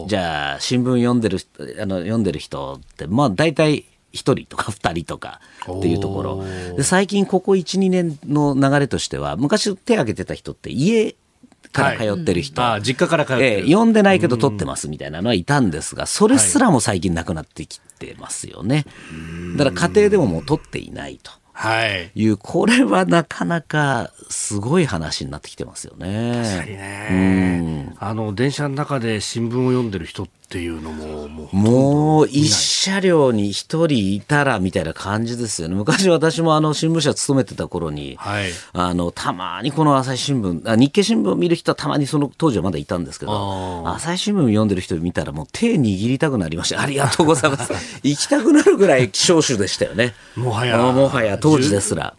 じゃあ新聞読んでる人ってまあ大体1人とか2人とかっていうところで、最近ここ 1,2 年の流れとしては、昔手挙げてた人って家から通ってる人、 実家から通ってる、 読んでないけど撮ってますみたいなのはいたんですが、それすらも最近なくなってきてますよね。だから家庭でももう撮っていないという、これはなかなかすごい話になってきてますよね。 確かにね。電車の中で新聞を読んでる人っていうのもう一車両に一人いたらみたいな感じですよね。昔私も新聞社勤めてた頃に、たまにこの朝日新聞、日経新聞を見る人はたまにその当時はまだいたんですけど、朝日新聞読んでる人見たらもう手握りたくなりました。ありがとうございます。行きたくなるぐらい希少種でしたよね。 もはや当時ですら。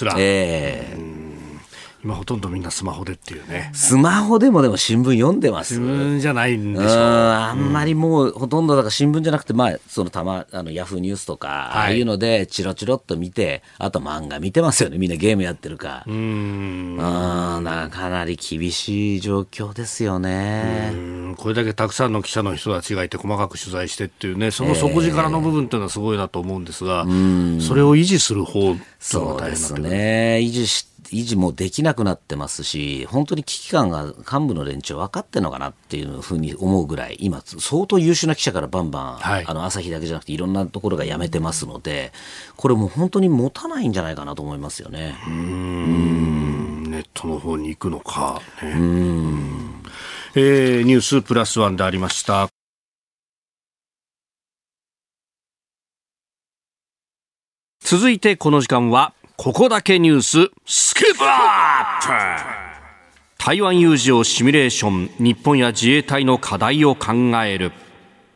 今ほとんどみんなスマホでっていうね。 スマホでも新聞読んでます。 新聞じゃないんでしょう。 あんまりもうほとんどだから新聞じゃなくて、まあそのヤフーニュースとか、ああいうのでチロチロっと見て、あと漫画見てますよね。みんなゲームやってるか。かなり厳しい状況ですよね。 これだけたくさんの記者の人たちがいて細かく取材してっていうね、その底力の部分っていうのはすごいなと思うんですが、それを維持する方っていうのが大変なってくる。 そうですね。維持もできなくなってますし、本当に危機感が幹部の連中分かってるのかなっていうふうに思うぐらい、今相当優秀な記者からバンバン、朝日だけじゃなくていろんなところが辞めてますので、これもう本当に持たないんじゃないかなと思いますよね。 ネットの方に行くのか、ね。ニュースプラスワンでありました。続いてこの時間はここだけニューススクープアップ。台湾有事をシミュレーション、日本や自衛隊の課題を考える。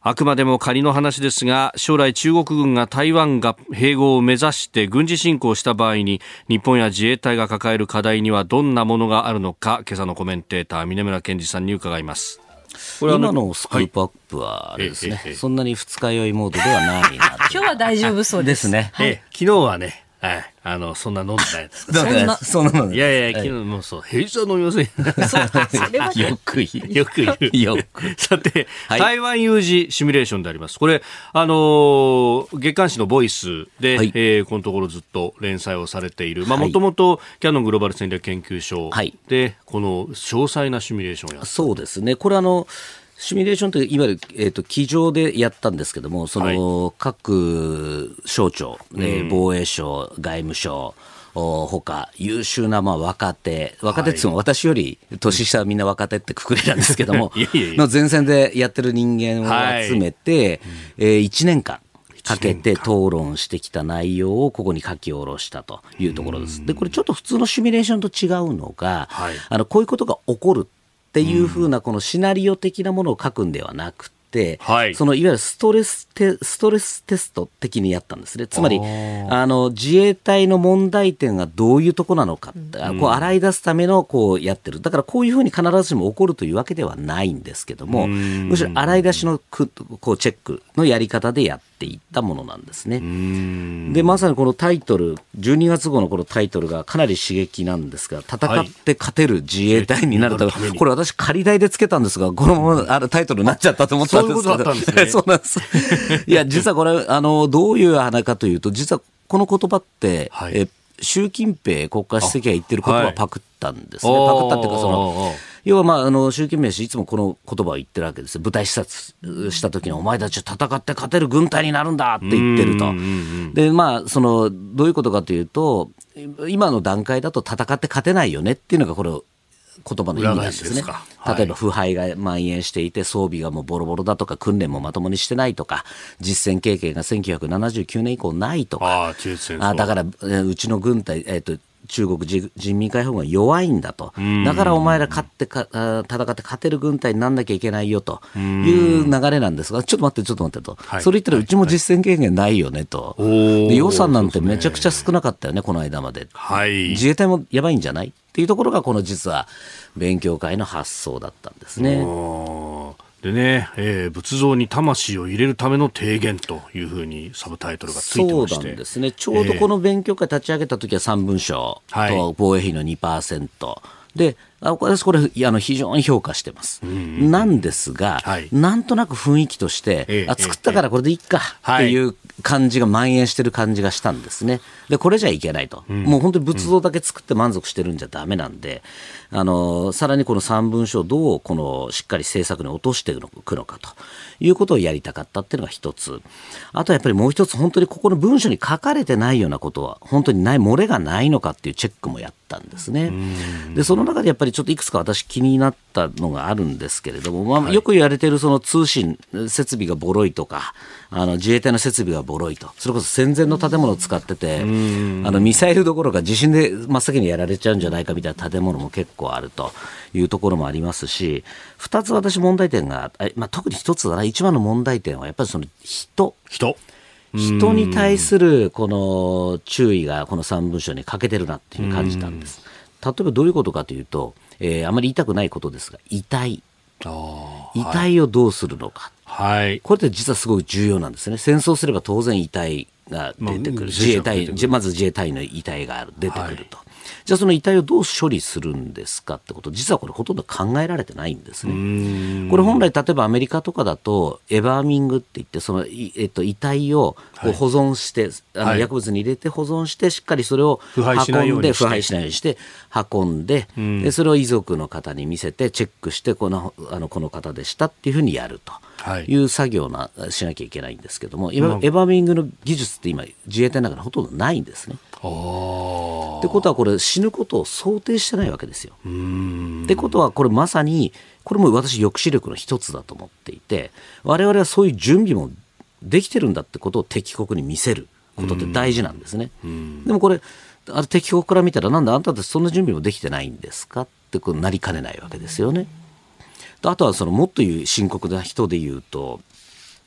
あくまでも仮の話ですが、将来中国軍が台湾が併合を目指して軍事侵攻した場合に、日本や自衛隊が抱える課題にはどんなものがあるのか、今朝のコメンテーター峯村健二さんに伺います。 今のスクープアップはあれですね、そんなに二日酔いモードではないな今日は大丈夫そうですね。昨日はね、はい、そんな飲んでないですか。 そんなの。 いやいや、昨日もそう、平日は飲みません。 よく言う。よく。 さて、はい、台湾有事シミュレーションであります。これ、月刊誌のボイスで、はい、このところずっと連載をされている、もともとキヤノングローバル戦略研究所で、はい、この詳細なシミュレーションをやった。 そうですね。これシミュレーションといういわゆる、机上でやったんですけども、各省庁、防衛省、外務省、ほか優秀な若手っていうのは私より年下はみんな若手ってくくりなんですけどもの前線でやってる人間を集めて、1年間かけて討論してきた内容をここに書き下ろしたというところです。でこれちょっと普通のシミュレーションと違うのが、こういうことが起こるっていうふうなこのシナリオ的なものを書くんではなくて、そのいわゆるストレステスト的にやったんですね。つまり自衛隊の問題点がどういうところなのかこう洗い出すためのこうやってる。だからこういうふうに必ずしも起こるというわけではないんですけども、むしろ洗い出しのこうチェックのやり方でやっていったものなんですね。でまさにこのタイトル12月号のこのタイトルがかなり刺激なんですが、戦って勝てる自衛隊になると、これ私仮題でつけたんですが、このままタイトルになっちゃったと思ったんですけど、そういうことだったんですね。そうなんです。いや実はこれどういう話かというと、実はこの言葉って、習近平国家主席が言ってる言葉をパクったんですね。パクったっていうか要は習近平氏いつもこの言葉を言ってるわけですよ。部隊視察した時にお前たちは戦って勝てる軍隊になるんだって言ってると。でどういうことかというと、今の段階だと戦って勝てないよねっていうのがこれ言葉の意味なんですね。例えば腐敗が蔓延していて装備がもうボロボロだとか訓練もまともにしてないとか実戦経験が1979年以降ないとか、だからうちの軍隊、中国人民解放軍が弱いんだと。だからお前ら戦って勝てる軍隊になんなきゃいけないよという流れなんですが、ちょっと待ってと、それ言ったらうちも実戦経験ないよねと。で予算なんてめちゃくちゃ少なかったよねこの間まで。自衛隊もやばいんじゃないっていうところがこの実は勉強会の発想だったんですね。 でね、仏像に魂を入れるための提言というふうにサブタイトルがついてまして、 そうなんですね。ちょうどこの勉強会立ち上げた時は3文書と防衛費の 2% で、私これ非常に評価してます。なんですが、なんとなく雰囲気として、作ったからこれでいいかっていう感じが蔓延してる感じがしたんですね。でこれじゃいけないと、もう本当に仏像だけ作って満足してるんじゃダメなんで、さらにこの3文書をどうしっかり政策に落としていくのかということをやりたかったっていうのが一つ。あとはやっぱりもう一つ、本当にここの文書に書かれてないようなことは本当に漏れがないのかっていうチェックもやったんですね。でその中でやっぱりちょっといくつか私気になったのがあるんですけれども、よく言われているその通信設備がボロいとか自衛隊の設備がボロいと、それこそ戦前の建物を使っててミサイルどころか地震で真っ先にやられちゃうんじゃないかみたいな建物も結構あるというところもありますし、2つ私問題点が、特に1つだな、一番の問題点はやっぱりその人に対するこの注意がこの3文書に欠けてるなっていうふうに感じたんです。例えばどういうことかというと、あまり言いたくないことですが、遺体をどうするのか、これって実はすごい重要なんですね。戦争すれば当然遺体が出てくる、まず自衛隊の遺体が出てくると、じゃあその遺体をどう処理するんですかってこと、実はこれほとんど考えられてないんですね。これ本来例えばアメリカとかだとエバーミングって言って、その、遺体をこう保存して、薬物に入れて保存してしっかりそれを運んで腐敗しないようにして運んで、でそれを遺族の方に見せてチェックしてこの方でしたっていうふうにやるという作業しなきゃいけないんですけども、エバーミングの技術って今自衛隊の中でほとんどないんですね。ってことはこれ死ぬことを想定してないわけですよ。ってことはこれまさにこれも私抑止力の一つだと思っていて、我々はそういう準備もできてるんだってことを敵国に見せることって大事なんですね。でもこれ敵国から見たら、なんであんたたちそんな準備もできてないんですかってこうなりかねないわけですよね。あとはもっと深刻な人で言うと、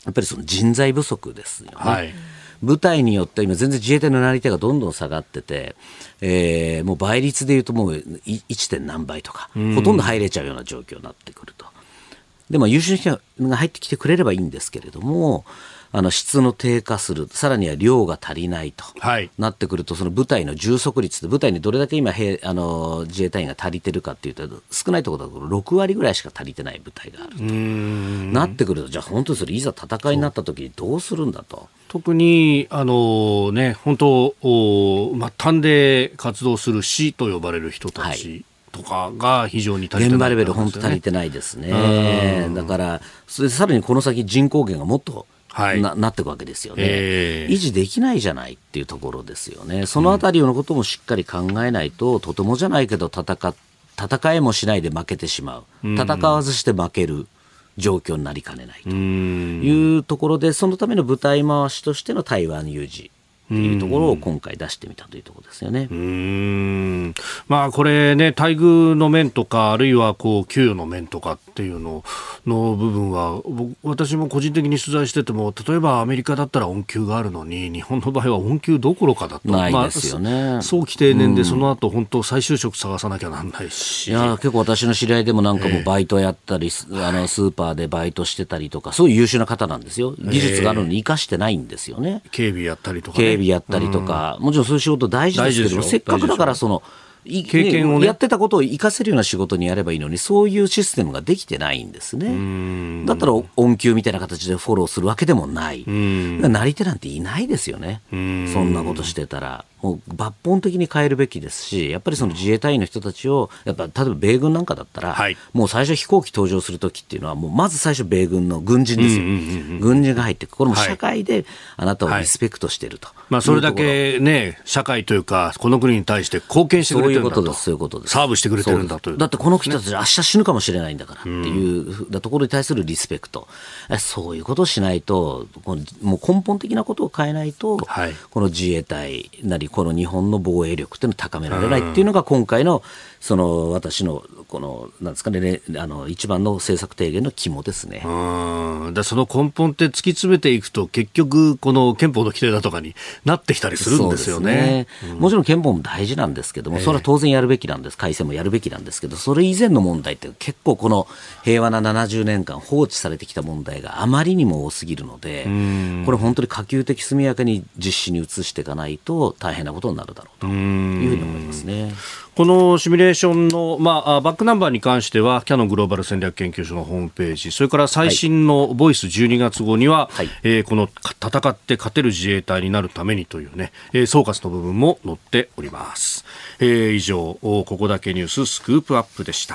やっぱりその人材不足ですよね。部隊によって今全然自衛隊のなり手がどんどん下がってて、もう倍率でいうともう 1. 何倍とか、ほとんど入れちゃうような状況になってくると。で優秀な人が入ってきてくれればいいんですけれども、質の低下する、さらには量が足りないと、なってくると、その部隊の充足率で部隊にどれだけ今自衛隊員が足りてるかっていうと、少ないところだと6割ぐらいしか足りてない部隊があるとなってくると、じゃあ本当にそれいざ戦いになった時にどうするんだと。 特に本当、末端で活動する士と呼ばれる人たち、とかが非常に足りてない、 現場レベル本当足りてないですね。だからさらにこの先人口減がもっとなっていくわけですよね。維持できないじゃないっていうところですよね。そのあたりのこともしっかり考えないと、とてもじゃないけど戦えもしないで負けてしまう、戦わずして負ける状況になりかねないというところで、そのための舞台回しとしての台湾有事というところを今回出してみたというところですよね。 これね、待遇の面とか、あるいは給与の面とかっていうの部分は、私も個人的に取材してても、例えばアメリカだったら恩給があるのに、日本の場合は恩給どころかだとないですよね。 早期定年でその後本当再就職探さなきゃなんないし、 いや結構私の知り合いでもなんかもうバイトやったり、スーパーでバイトしてたりとか、そういう優秀な方なんですよ。技術があるのに生かしてないんですよね。 警備やったりとか、ね、 警備やったりとか、もちろんそういう仕事大事ですけども、せっかくだから経験をね、やってたことを活かせるような仕事にやればいいのに、そういうシステムができてないんですね。だったら恩給みたいな形でフォローするわけでもない。なり手なんていないですよね。そんなことしてたらもう抜本的に変えるべきですし、やっぱりその自衛隊員の人たちを例えば米軍なんかだったら、もう最初飛行機登場するときっていうのはもうまず最初米軍の軍人ですよ。軍人が入っていく。これも社会であなたをリスペクトしていると、 それだけね、社会というかこの国に対して貢献してくれてるんだと。 そういうことです。 サーブしてくれてるんだという。 だってこの人たち明日死ぬかもしれないんだからっていうところに対するリスペクト、そういうことをしないと、もう根本的なことを変えないと、この自衛隊なりこの日本の防衛力っていうのを高められないっていうのが今回の私のなんですかね、一番の政策提言の肝ですね。 その根本って突き詰めていくと結局この憲法の規定だとかになってきたりするんですよね。 もちろん憲法も大事なんですけども、それは当然やるべきなんです。改正もやるべきなんですけど、それ以前の問題って結構この平和な70年間放置されてきた問題があまりにも多すぎるので、これ本当に可及的速やかに実施に移していかないと大変なことになるだろうというふうに思いますね。 このシミュレーションの、バックナンバーに関してはキヤノングローバル戦略研究所のホームページ、それから最新のボイス12月号には、この戦って勝てる自衛隊になるためにというね、総括の部分も載っております。以上、ここだけニューススクープアップでした。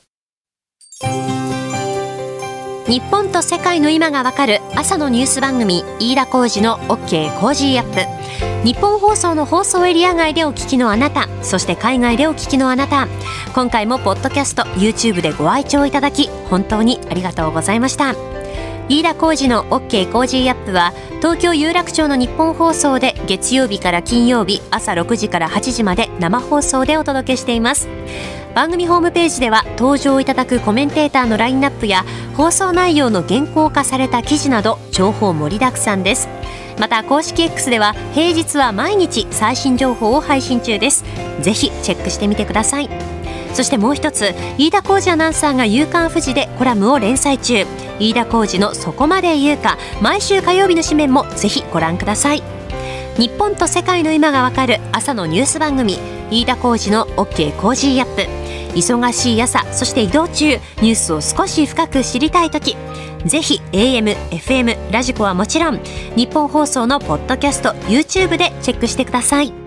日本と世界の今がわかる朝のニュース番組、飯田浩司の OK コージーアップ。日本放送の放送エリア外でお聞きのあなた、そして海外でお聞きのあなた、今回もポッドキャスト YouTube でご愛聴いただき本当にありがとうございました。飯田浩司の OK コージーアップは東京有楽町の日本放送で月曜日から金曜日朝6時から8時まで生放送でお届けしています。番組ホームページでは登場いただくコメンテーターのラインナップや放送内容の原稿化された記事など情報盛りだくさんです。また公式 X では平日は毎日最新情報を配信中です。ぜひチェックしてみてください。そしてもう一つ、飯田浩司アナウンサーが夕刊フジでコラムを連載中、飯田浩司のそこまで言うか、毎週火曜日の紙面もぜひご覧ください。日本と世界の今がわかる朝のニュース番組、飯田浩司の OK コージーアップ。忙しい朝、そして移動中、ニュースを少し深く知りたいとき、ぜひ AM、FM、ラジコはもちろん日本放送のポッドキャスト YouTube でチェックしてください。